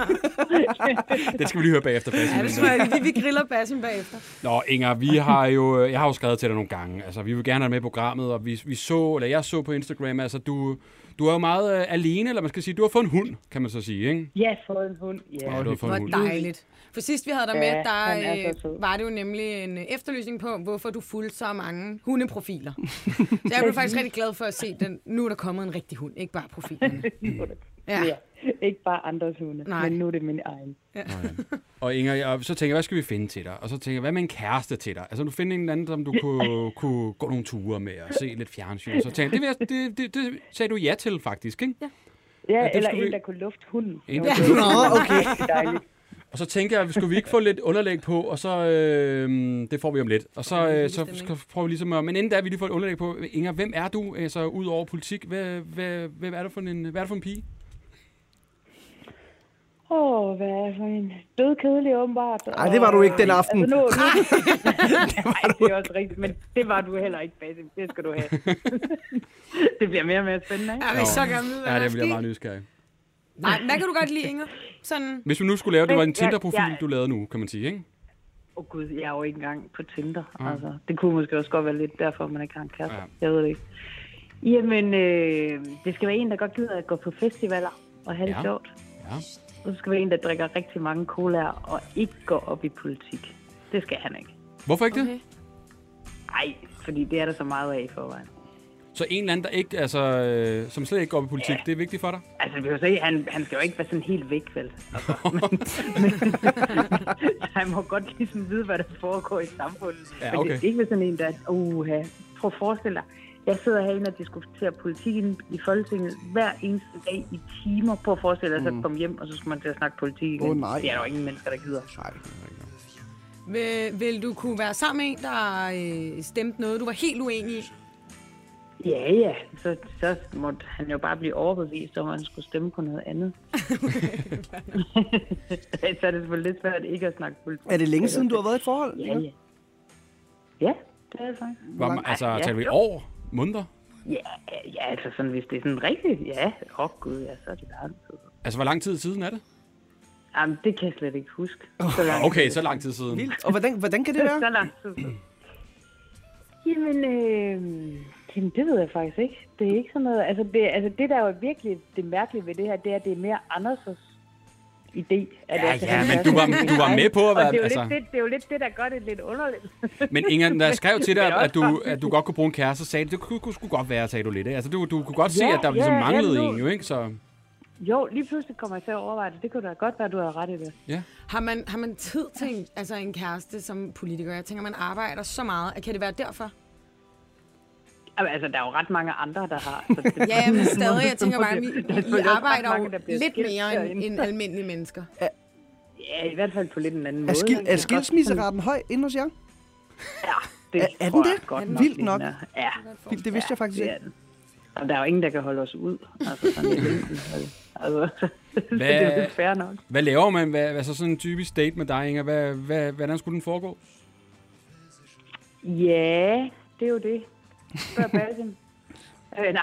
Det skal vi lige høre bagefter, Basim. Ja, det tror jeg. Vi griller Basim bagefter. Nå, Inger, jeg har jo skrevet til dig nogle gange. Altså, vi vil gerne have dig med i programmet, og jeg så på Instagram, altså, du er jo meget alene, eller man skal sige, du har fået en hund, kan man så sige, ikke? Ja, fået en hund, ja. Hvor dejligt. For sidst vi havde dig med, der var det jo nemlig en efterlysning på, hvorfor du fulgte så mange hundeprofiler. Så jeg blev faktisk rigtig glad for at se den. Nu er der kommet en rigtig hund, ikke bare profilerne. Ja. Ikke bare andres hunde, men nu er det min egen. Ja. Og Inger, så tænker jeg, hvad skal vi finde til dig? Og så tænker jeg, hvad med en kæreste til dig? Altså, du finder en anden, som du kunne gå nogle ture med og se lidt fjernsyn. Så tænker jeg, det sagde du ja til, faktisk, ikke? Ja, eller en, der kunne lufte hunden. Okay. Dejligt. Og så tænker jeg, skulle vi ikke få lidt underlæg på, og så, det får vi om lidt. Og så prøver vi ligesom at, men inden da vi lige får et underlæg på, Inger, hvem er du, altså ud over politik? Hvad er du for en pige? Hvad er for en dødkedelig åbenbart. Nej, det var du ikke den aften. Altså, det er også rigtigt, men det var du heller ikke, Basim. Det skal du have. Det bliver mere og mere spændende, ikke? Jeg vil så gerne vide, hvad det bliver meget nysgerrig. Nej, hvad kan du godt lide, Inger? Sådan... Hvis vi nu skulle lave, det var en Tinder-profil, du lavede nu, kan man sige, ikke? Gud, jeg er jo ikke engang på Tinder. Altså, det kunne måske også godt være lidt derfor, man ikke har en kæreste. Jeg ved det ikke. Jamen, det skal være en, der godt gider at gå på festivaler og have det sjovt. Ja. Og så skal være en, der drikker rigtig mange colaer og ikke går op i politik. Det skal han ikke. Hvorfor ikke det? Nej, fordi det er der så meget af i forvejen. Så en eller anden, der ikke, altså, som slet ikke går op i politik, det er vigtigt for dig? Altså, vi kan se, han skal jo ikke være sådan helt væk, vel? Altså, men han må godt ligesom vide, hvad der foregår i samfundet. Ja, okay. Men det er ikke sådan en, der prøv at forestille dig. Jeg sidder herinde og diskuterer politikken i Folketinget hver eneste dag i timer. Prøv at forestille dig, at komme hjem, og så skal man til at snakke politik igen. Nej. Det er der jo ingen mennesker, der gider. Nej. Vil du kunne være sammen med en, der stemte noget, du var helt uenig i? Ja. Så måtte han jo bare blive overbevist, om han skulle stemme på noget andet. Så er det selvfølgelig lidt svært ikke at snakke politik. Er det længe siden, du har været i et forhold? Ja, det er det faktisk. Altså, taler vi år? Måneder? Ja, altså sådan, hvis det er sådan rigtigt, ja. Gud, ja, så er det lang tid. Altså, hvor lang tid siden er det? Jamen, det kan jeg slet ikke huske. Så lang tid siden. Vildt. Og hvordan kan det være? Så lang tid siden. Jamen, det ved jeg faktisk ikke. Det er ikke sådan noget... Altså, det der er jo virkelig det mærkelige ved det her, det er, at det er mere Anders' idé. Men du var med på at være... Det er jo lidt det, der gør det lidt underligt. Men Inger, da jeg skrev til dig, at du godt kunne bruge en kæreste, så sagde det kunne godt være, sagde du lidt. Altså, du kunne godt se, at der ligesom manglede en, jo, ikke? Så... Jo, lige pludselig kommer jeg til at overveje det. Det kunne da godt være, du har ret i det. Ja. Har man tid til en kæreste som politiker? Jeg tænker, man arbejder så meget. Kan det være derfor? Altså, der er jo ret mange andre, der har. Ja, men stadig. Jeg tænker bare, vi arbejder jo lidt mere end almindelige mennesker. Ja, i hvert fald på lidt en anden måde. Er skilsmisseraten høj inde hos jer? Ja, det er den det? Godt Vildt nok. Ja. Vildt, det vidste jeg faktisk ikke. Og der er jo ingen, der kan holde os ud. Altså, sådan altså, det er lidt fair nok. Hvad laver man? Hvad er så sådan en typisk date med dig, Inger? Hvordan skulle den foregå? Ja, det er jo det. Spørg Basim. Nej. Hvad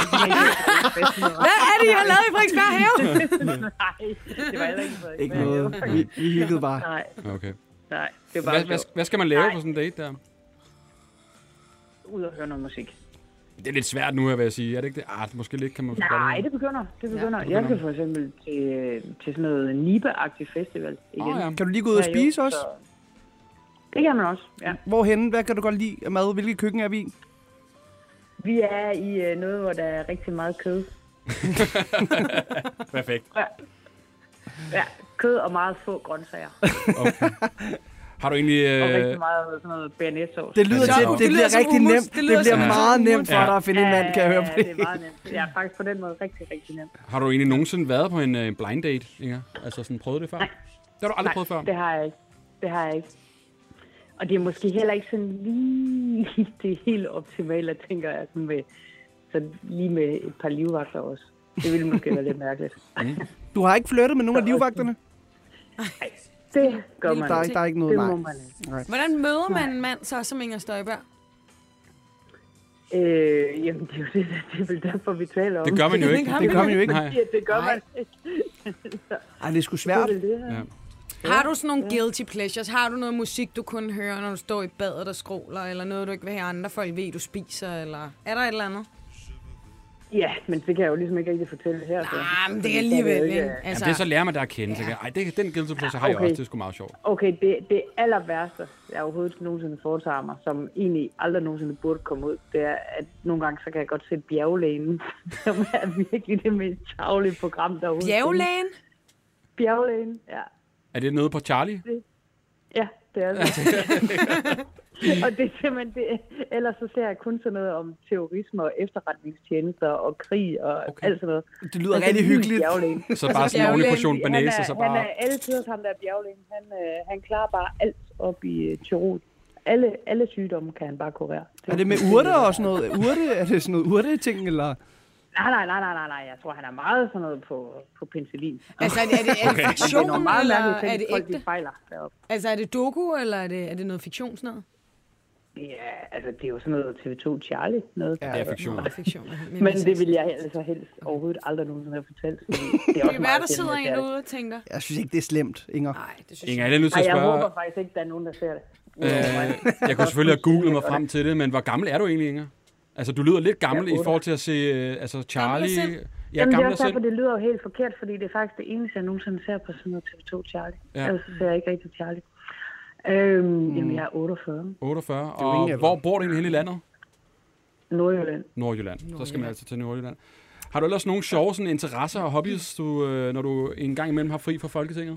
er det, I har lavet i Frederiksberg Have? Nej, det var heller ikke Frederiksberg. Ikke noget. Vi hyggede bare. Nej. Okay. Nej, det var bare hvad skal man lave på sådan en date der? Ud og høre noget musik. Det er lidt svært nu, vil jeg sige. Er det ikke det? Måske lidt kan man få. Nej, det begynder. Jeg skal for eksempel til sådan noget Nibe-agtig festival igen. Ja. Kan du lige gå ud og spise også? Det kan man også, ja. Hvorhenne? Hvad kan du godt lide af mad? Hvilket køkken er vi i? Vi er i noget, hvor der er rigtig meget kød. Perfekt. Ja, kød og meget få grøntsager. Okay. Har du egentlig... Og rigtig meget sådan noget bearnaisesauce. Det lyder til, det bliver rigtig nemt. Det bliver meget nemt for dig at finde en mand, kan jeg høre på det. Ja, det er meget nemt. Ja, faktisk på den måde rigtig, rigtig nemt. Har du egentlig nogensinde været på en blind date, Inger? Altså sådan prøvet det før? Nej. Det har du aldrig prøvet før? Det har jeg ikke. Og det er måske heller ikke sådan lige det helt optimale, tænker jeg, lige med et par livvagter også. Det ville måske være lidt mærkeligt. Du har ikke flyttet med nogle af livvagterne? Nej, det gør man ikke. Der er ikke noget, nej. Hvordan møder man en mand så som Inger Støjberg? Jamen, det er jo det er vel derfor, vi taler om. Det gør man jo ikke. Det gør man jo ikke. Nej. Det gør man ikke. Ej, det er sgu svært. Har du sådan nogle guilty pleasures? Har du noget musik, du kun hører, når du står i badet og skråler? Eller noget, du ikke vil have andre folk ved, du spiser? Eller er der et eller andet? Ja, men det kan jeg jo ligesom ikke rigtig fortælle her. Nej, men det er alligevel, ikke? Altså... det så lærer man der at kende. Ja. Ej, den guilty pleasure har jeg også. Det er sgu meget sjovt. Okay, det aller værste, jeg overhovedet nogensinde foretager mig, som egentlig aldrig nogensinde burde komme ud, det er, at nogle gange så kan jeg godt se Bjerglægen, som er virkelig det mest travlige program derude. Bjerglægen? Bjerglægen, ja. Er det noget på Charlie? Ja, det er det. Og det er simpelthen det. Ellers så ser jeg kun sådan noget om terrorisme og efterretningstjenester og krig og alt sådan noget. Det lyder rigtig hyggeligt. Så bare sådan en ordentlig portion banæse, så bare... Han er altid ham der Bjerglægen. Han klarer bare alt op i Tyrol. Alle sygdomme kan han bare kurere. Er det med urter og sådan noget? Er det sådan noget urte-ting, eller... Nej. Jeg tror, han er meget sådan noget på penicillin. Altså, er det fiktion, eller er det ægte? Altså, er det doku, eller er det noget fiktion, sådan noget? Ja, altså, det er jo sådan noget TV2 Charlie. Noget, ja, det er fiktion. Men det vil jeg altså helst overhovedet aldrig nogensinde have fortalt. Det er også hvad der sidder en derude og tænker? Jeg synes ikke, det er slemt, Inger. Nej, det synes Inger, er det nødt til at spørge? Jeg håber faktisk ikke, der er nogen, der ser det. Jeg kunne selvfølgelig have googlet mig frem til det, men hvor gammel er du egentlig, Inger? Altså, du lyder lidt gammel i forhold til at se Charlie. Jamen, det er også derfor, det lyder jo helt forkert, fordi det er faktisk det eneste, jeg nogensinde ser på sådan noget TV2 Charlie. Ja. Ellers ser jeg ikke rigtig Charlie. Jamen, jeg er 48. 48. Og hvor bor du egentlig hele i landet? Nordjylland. Så skal man altså til Nordjylland. Har du ellers nogle sjove sådan, interesser og hobbies, når du en gang imellem har fri fra Folketinget?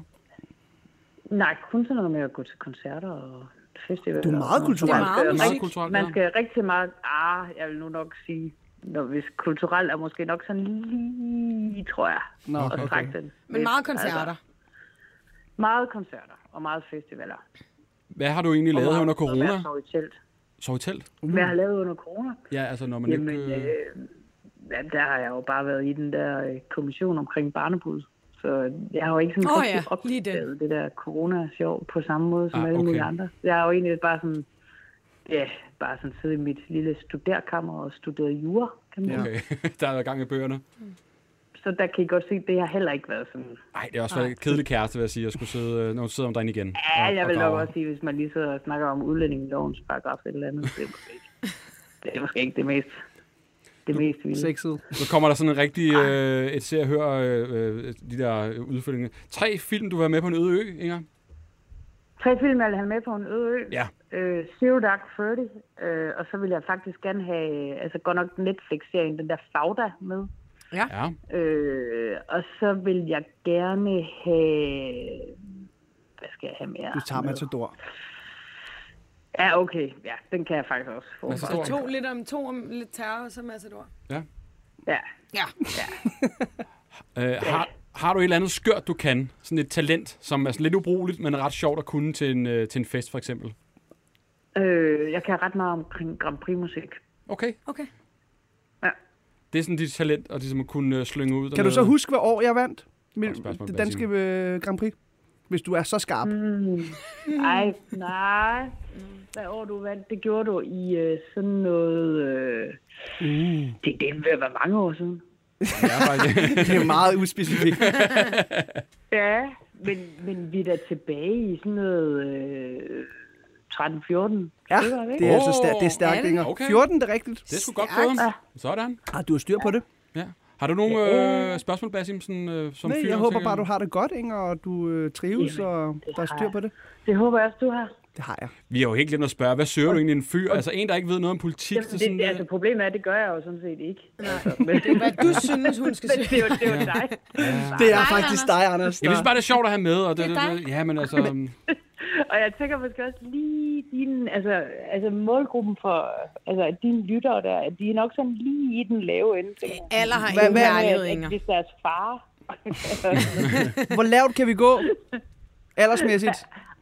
Nej, kun sådan noget med at gå til koncerter og festivaler. Du er meget kulturel. Man skal rigtig meget... jeg vil nu nok sige... Hvis kulturelt er måske nok sådan lige, tror jeg. Okay. Men meget koncerter. Altså, meget koncerter og meget festivaler. Hvad har du egentlig lavet under corona? Sov i telt. Hvad har jeg lavet under corona? Ja, altså når man ikke... der har jeg jo bare været i den der kommission omkring barnebud. Så jeg har jo ikke sådan opdaget det der corona-sjov på samme måde som alle mulige andre. Jeg har jo egentlig bare sådan... Ja, bare sådan sidde i mit lille studerkammer og studeret jura, kan man sige. Okay, der er gang i bøgerne. Så der kan I godt se, det har heller ikke været sådan... Nej, det er også et kedeligt kæreste, vil jeg sige, at skulle sidde, når du sidder om derinde igen. Ja, jeg vil nok også sige, hvis man lige sidder og snakker om udlændingelovens paragraf eller andet, det er måske ikke det mest vilde. Sexet. Så kommer der sådan en rigtig et se og hør de der udfølgende. 3 film, du vil have med på en øde ø, Inger? 3 film, jeg vil have med på en øde ø. Ja. Zero Dark 30, og så vil jeg faktisk gerne have, altså godt nok Netflix-serien, den der Fauda med. Ja. Og så vil jeg gerne have... Hvad skal jeg have mere? Du tager Matador. Ja, okay. Ja, den kan jeg faktisk også få. Så to om lidt terror, og så Matador. Ja. Ja. Har du et eller andet skørt, du kan? Sådan et talent, som er sådan lidt ubrugeligt, men ret sjovt at kunne til en fest, for eksempel? Jeg kan ret meget omkring Grand Prix-musik. Okay. Ja. Det er sådan dit talent, og ligesom at kunne slynge ud. Kan du så huske, hvad år jeg vandt? Det danske Grand Prix? Hvis du er så skarp. Nej. Hvad år du vandt? Det gjorde du i sådan noget... Det vil være mange år siden. Det er meget uspecifikt. Ja, men vi er da tilbage i sådan noget 13-14. Ja, det er altså det er stærkt, Inger. Okay. 14, det er rigtigt. Det er sgu godt gået. Ja. Sådan. Du har styr på det. Ja. Har du nogle spørgsmål, Basim, som Nej, fyr? Jeg håber bare, du har det godt, Inger, og du trives, og der er styr på det. Det håber jeg også, du har. Det har jeg. Vi har jo helt glemt at spørge, hvad søger du egentlig en fyr? Altså en, der ikke ved noget om politik. Altså problemet er, at det gør jeg jo sådan set ikke. Altså, men det er hvad du synes, hun skal søge. Det er jo dig. Det er faktisk dig, Anders. Jeg synes bare, det er sjovt at have med. Og ja, men altså... Og jeg tænker måske også lige din, altså målgruppen for, dine lyttere der, de er nok sådan lige i den lave ende. Alle har ingen kærlighed, Inger. Hvis deres far. Hvor lavt kan vi gå? Aldersmæssigt?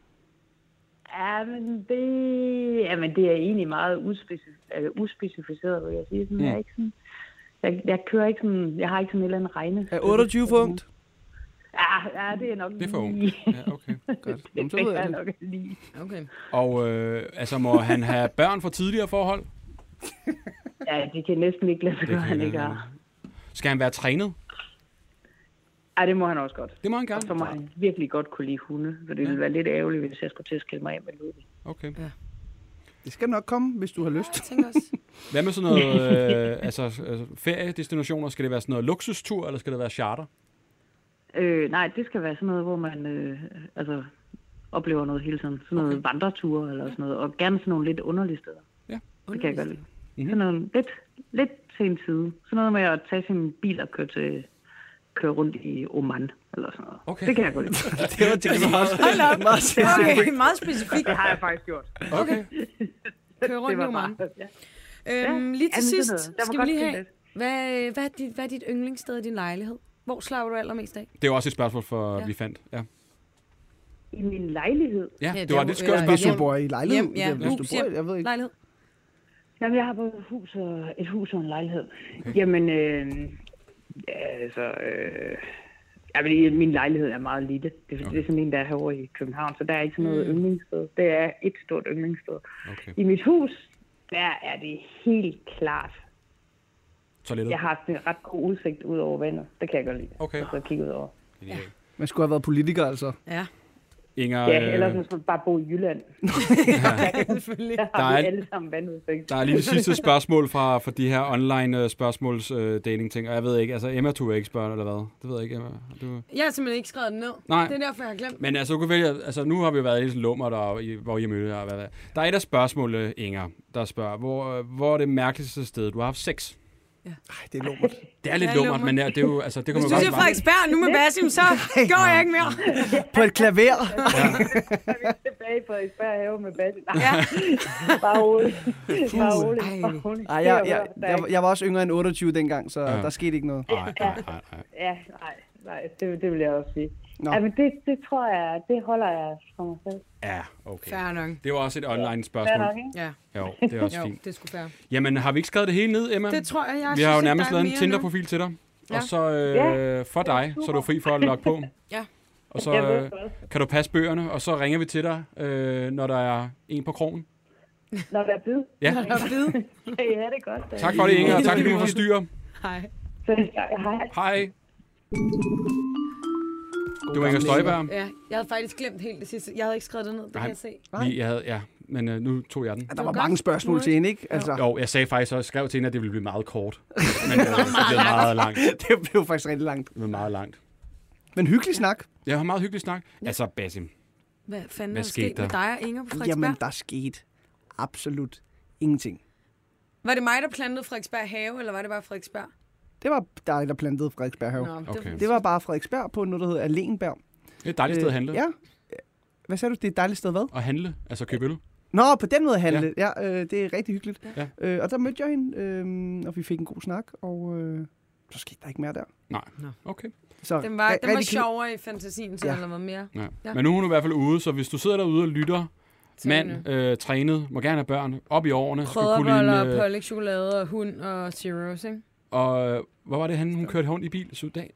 Men det er egentlig meget uspecificeret, vil jeg sige. Sådan, jeg er ikke sådan, jeg kører ikke sådan, jeg har ikke sådan et eller andet regne. Er 28 for ungt? Ja, det er nok lige. Det er for ungt. Ja, okay. Godt. Det er nok lige. Okay. Og må han have børn for tidligere forhold? Ja, det kan næsten ikke lade sig gøre, han ikke har. Skal han være trænet? Ja, det må han også godt. Det må han gerne. Og så må han virkelig godt kunne lide hunde, for det ville være lidt ærgerligt, hvis jeg skulle til at skille mig af med Ludvig. Okay. Ja. Det skal nok komme, hvis du har lyst. Jeg tænker også. Hvad med sådan noget feriedestinationer? Skal det være sådan noget luksustur, eller skal det være charter? Nej, det skal være sådan noget, hvor man oplever noget hele tiden. Sådan noget vandreture eller sådan noget, og gerne sådan nogle lidt underlige steder. Ja. Det kan jeg godt lide. Sådan noget lidt til en side. Sådan noget med at tage sin bil og køre rundt i Oman, eller sådan noget. Okay. Det kan jeg godt lide. det var meget specifikt. Det har jeg faktisk gjort. Okay. Køre rundt i Oman. Lige til sidst skal vi lige have, hvad er dit yndlingssted i din lejlighed? Hvor slapper du allermest af? Det er jo også et spørgsmål, vi fandt. Ja. I min lejlighed? Ja, det var lidt skørt spørgsmål. Hvis du bor i lejlighed? Jeg ved ikke. Lejlighed? Jamen, jeg har både et hus og en lejlighed. Okay. Jamen, min lejlighed er meget lille. Det er sådan en, der er herovre i København, så der er ikke sådan noget yndlingssted. Det er et stort yndlingssted. Okay. I mit hus, der er det helt klart. Toilettet. Jeg har en ret god udsigt ud over vandet. Det kan jeg godt lide. Okay. Så kigge ud over. Ja. Man skulle have været politiker, altså. Ja. Inger, eller sådan skulle bare bo i Jylland. Selvfølgelig. Der har vi alle sammen vandudsigt. Der er lige det sidste spørgsmål fra de her online spørgsmåls-dating-ting, og jeg ved ikke, altså Emma tog ikke spørge, eller hvad? Det ved jeg ikke, Emma. Jeg har simpelthen ikke skrevet det ned. Nej. Det er derfor, jeg har glemt. Men altså, du kan vælge, altså nu har vi jo været lidt lummer, hvor I mødte her. Der er et af spørgsmål, Inger, der spørger, hvor er det mærkeligste sted, du har haft sex? Ja. Ej, det er lummert. Det er lidt lummert, men det er jo, altså, det kan man godt... Hvis du siger Frederiksberg nu med Basim, så går jeg ikke mere. På et klaver. Ja. Tilbage på Frederiksberg have med Basim. Ja. Bare roligt. Jeg var også yngre end 28 dengang, så der skete ikke noget. Nej, det vil jeg også sige. Ja, men det tror jeg, det holder jeg for mig selv. Ja, okay. Fair nok. Det var også et online spørgsmål. Fair nok, ikke? Ja. Jo, det er også fint. Det er sgu fair. Jamen, har vi ikke skrevet det hele ned, Emma? Det tror jeg. Vi har jo nærmest lavet en Tinder-profil til dig. Ja. Og så for dig, så er du fri for at logge på. Ja. Og så kan du passe bøgerne, og så ringer vi til dig, når der er en på krogen. Når der er bid. Ja. Når der er bid. Ja, det er godt. Tak for det, Inger, og tak fordi du forstyrrer. Hej. Hej. Det var Inger Støjberg. Ja, jeg havde faktisk glemt helt det sidste. Jeg havde ikke skrevet det ned, det kan jeg se. Men nu tog jeg den. Ja, der var mange spørgsmål til hende, ikke? Altså. Jo, jeg sagde faktisk også, skrev til hende, at det ville blive meget kort. Men det blev meget langt. Det blev faktisk rigtig langt. Det blev meget langt. Men hyggelig snak. Ja, meget hyggelig snak. Altså, Basim. Hvad fanden er der sket med dig og Inger på Frederiksberg? Jamen, der skete absolut ingenting. Var det mig, der plantede Frederiksberg have, eller var det bare Frederiksberg? Det var dig, der plantede Frederiksberg have. Okay. Det var bare Frederiksberg på noget, der hedder Alenberg. Det er et dejligt sted at handle. Ja. Hvad sagde du? Det er et dejligt sted hvad? At handle, altså købe øl. Nå, på den måde handle. Ja, det er rigtig hyggeligt. Ja. Og der mødte jeg hende, og vi fik en god snak, og så skete der ikke mere der. Nej, okay. Så den var sjovere i fantasien, så eller var mere. Ja. Men nu er hun i hvert fald ude, så hvis du sidder derude og lytter, trænet, må gerne have børn, op i årene. Krydderboller, pålægtschokolade og hund og zeros, ikke? Og hvad var det, hun kørte rundt i bil? Sudan?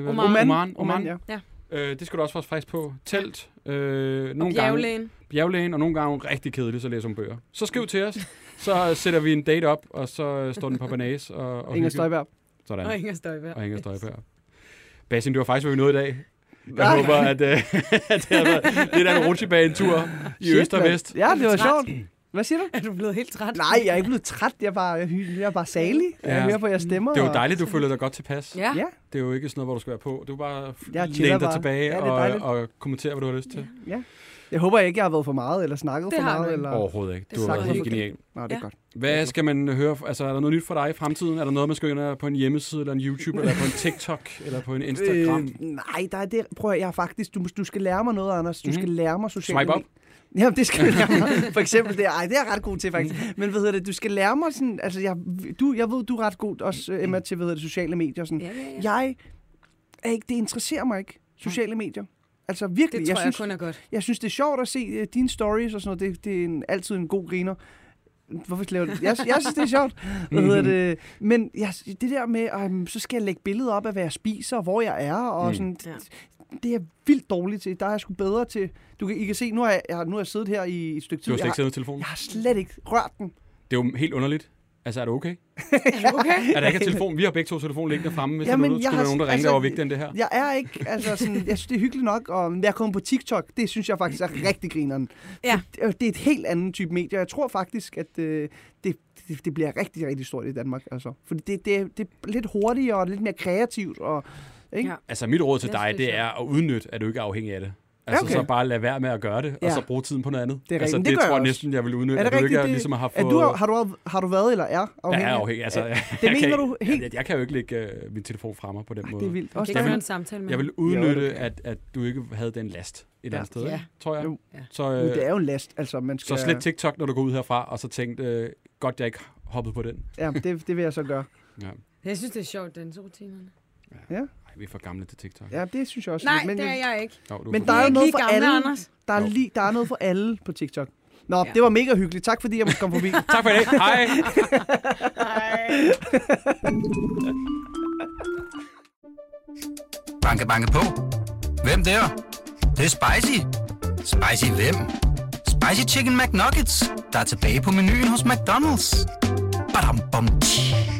Oman, ja. Det skal du også være frisk på. Telt. Nogle bjerglægen, og nogle gange rigtig kedeligt, så læser hun bøger. Så skriv til os, så sætter vi en date op, og så står den på banase. Og Inger Støjberg. Sådan. Og Inger Støjberg. Basim, det var faktisk, hvad vi nåede i dag. Jeg håber, at det har været lidt af en rutsjebanetur i øst og vest. Ja, det var sjovt. Hvad siger du? Er du blevet helt træt? Nej, jeg er ikke blevet træt. Jeg er bare salig. Jeg hører på jeres stemmer. Det er jo dejligt, du føler dig godt tilpas. Ja. Det er jo ikke sådan noget, hvor du skal være på. Du er bare læne dig tilbage og kommentere, hvad du har lyst til. Ja. Jeg håber ikke, jeg har været for meget eller snakket for meget. Eller... Overhovedet ikke. Du har været helt genial. Nå, det er godt. Hvad skal man høre? Altså, er der noget nyt for dig i fremtiden? Er der noget, man skal gøre på en hjemmeside, eller en YouTube, eller på en TikTok, eller på en Instagram? Nej, der er det. Prøv at jeg faktisk... Du skal lære mig noget, Anders. Du skal lære mig sociale medier. Swipe up? Ja, det skal jeg lære mig. For eksempel det. Det er jeg ret god til, faktisk. Men hvad hedder det? Du skal lære mig sådan... Altså, jeg ved, du er ret god også, Emma, til sociale medier. Sådan. Ja. Jeg er ikke... Det interesserer mig ikke. Sociale medier. Altså virkelig. Det tror jeg kun er godt. Jeg synes, det er sjovt at se dine stories og sådan noget. Det er altid en god griner. Hvorfor laver det? Jeg synes, det er sjovt. Hvad hedder det? Men det der med, så skal jeg lægge billeder op af, hvad jeg spiser, og hvor jeg er, og sådan... Det er vildt dårligt til. Der er jeg sgu bedre til... I kan se, nu har jeg siddet her i et stykke tid. Du har slet ikke siddet med telefonen? Jeg har slet ikke rørt den. Det er jo helt underligt. Altså, er du okay? Er du okay? Er der ikke telefon? Vi har begge to telefoner liggende fremme, hvis der skulle være nogen, der ringer over vigtigere end det her. Jeg er ikke, altså sådan, jeg synes, det er hyggeligt nok, og jeg er kommet på TikTok, det synes jeg faktisk er rigtig grineren. Ja. Det er et helt andet type medier. Jeg tror faktisk, at det bliver rigtig, rigtig stort i Danmark, altså. Fordi det er lidt hurtigere og lidt mere kreativt, og... Ikke? Ja. Altså, mit råd til dig, det er at udnytte, at du ikke er afhængig af det. Altså, så bare lade være med at gøre det, og så bruge tiden på noget andet. Det er altså, det tror jeg næsten, jeg vil udnytte. Er det rigtigt? Ligesom har fået... Har du været eller er afhængig? Jeg er afhængig. Altså, det mener du helt... Jeg kan jo ikke lægge min telefon fra mig på den måde. Det er vildt. Okay, jeg, en samtale med. Jeg vil udnytte, at du ikke havde den last et andet sted, tror jeg. Så, det er jo en last. Altså, man skal... Så slet TikTok, når du går ud herfra, og så tænkte, godt jeg ikke hoppede på den. Ja, det vil jeg så gøre. Ja. Jeg synes, det er sjovt, danserutinerne. Ja. Vi er for gamle til TikTok. Ja, det synes jeg også. Nej, det er jeg ikke. Men der er jo noget for alle. Der er noget for alle på TikTok. Nå, det var mega hyggeligt. Tak fordi jeg måtte komme forbi. Tak for det. Hej. Hej. Banke, banke på. Hvem der? Det er spicy. Spicy hvem? Spicy Chicken McNuggets, der er tilbage på menuen hos McDonald's. Badum, bom,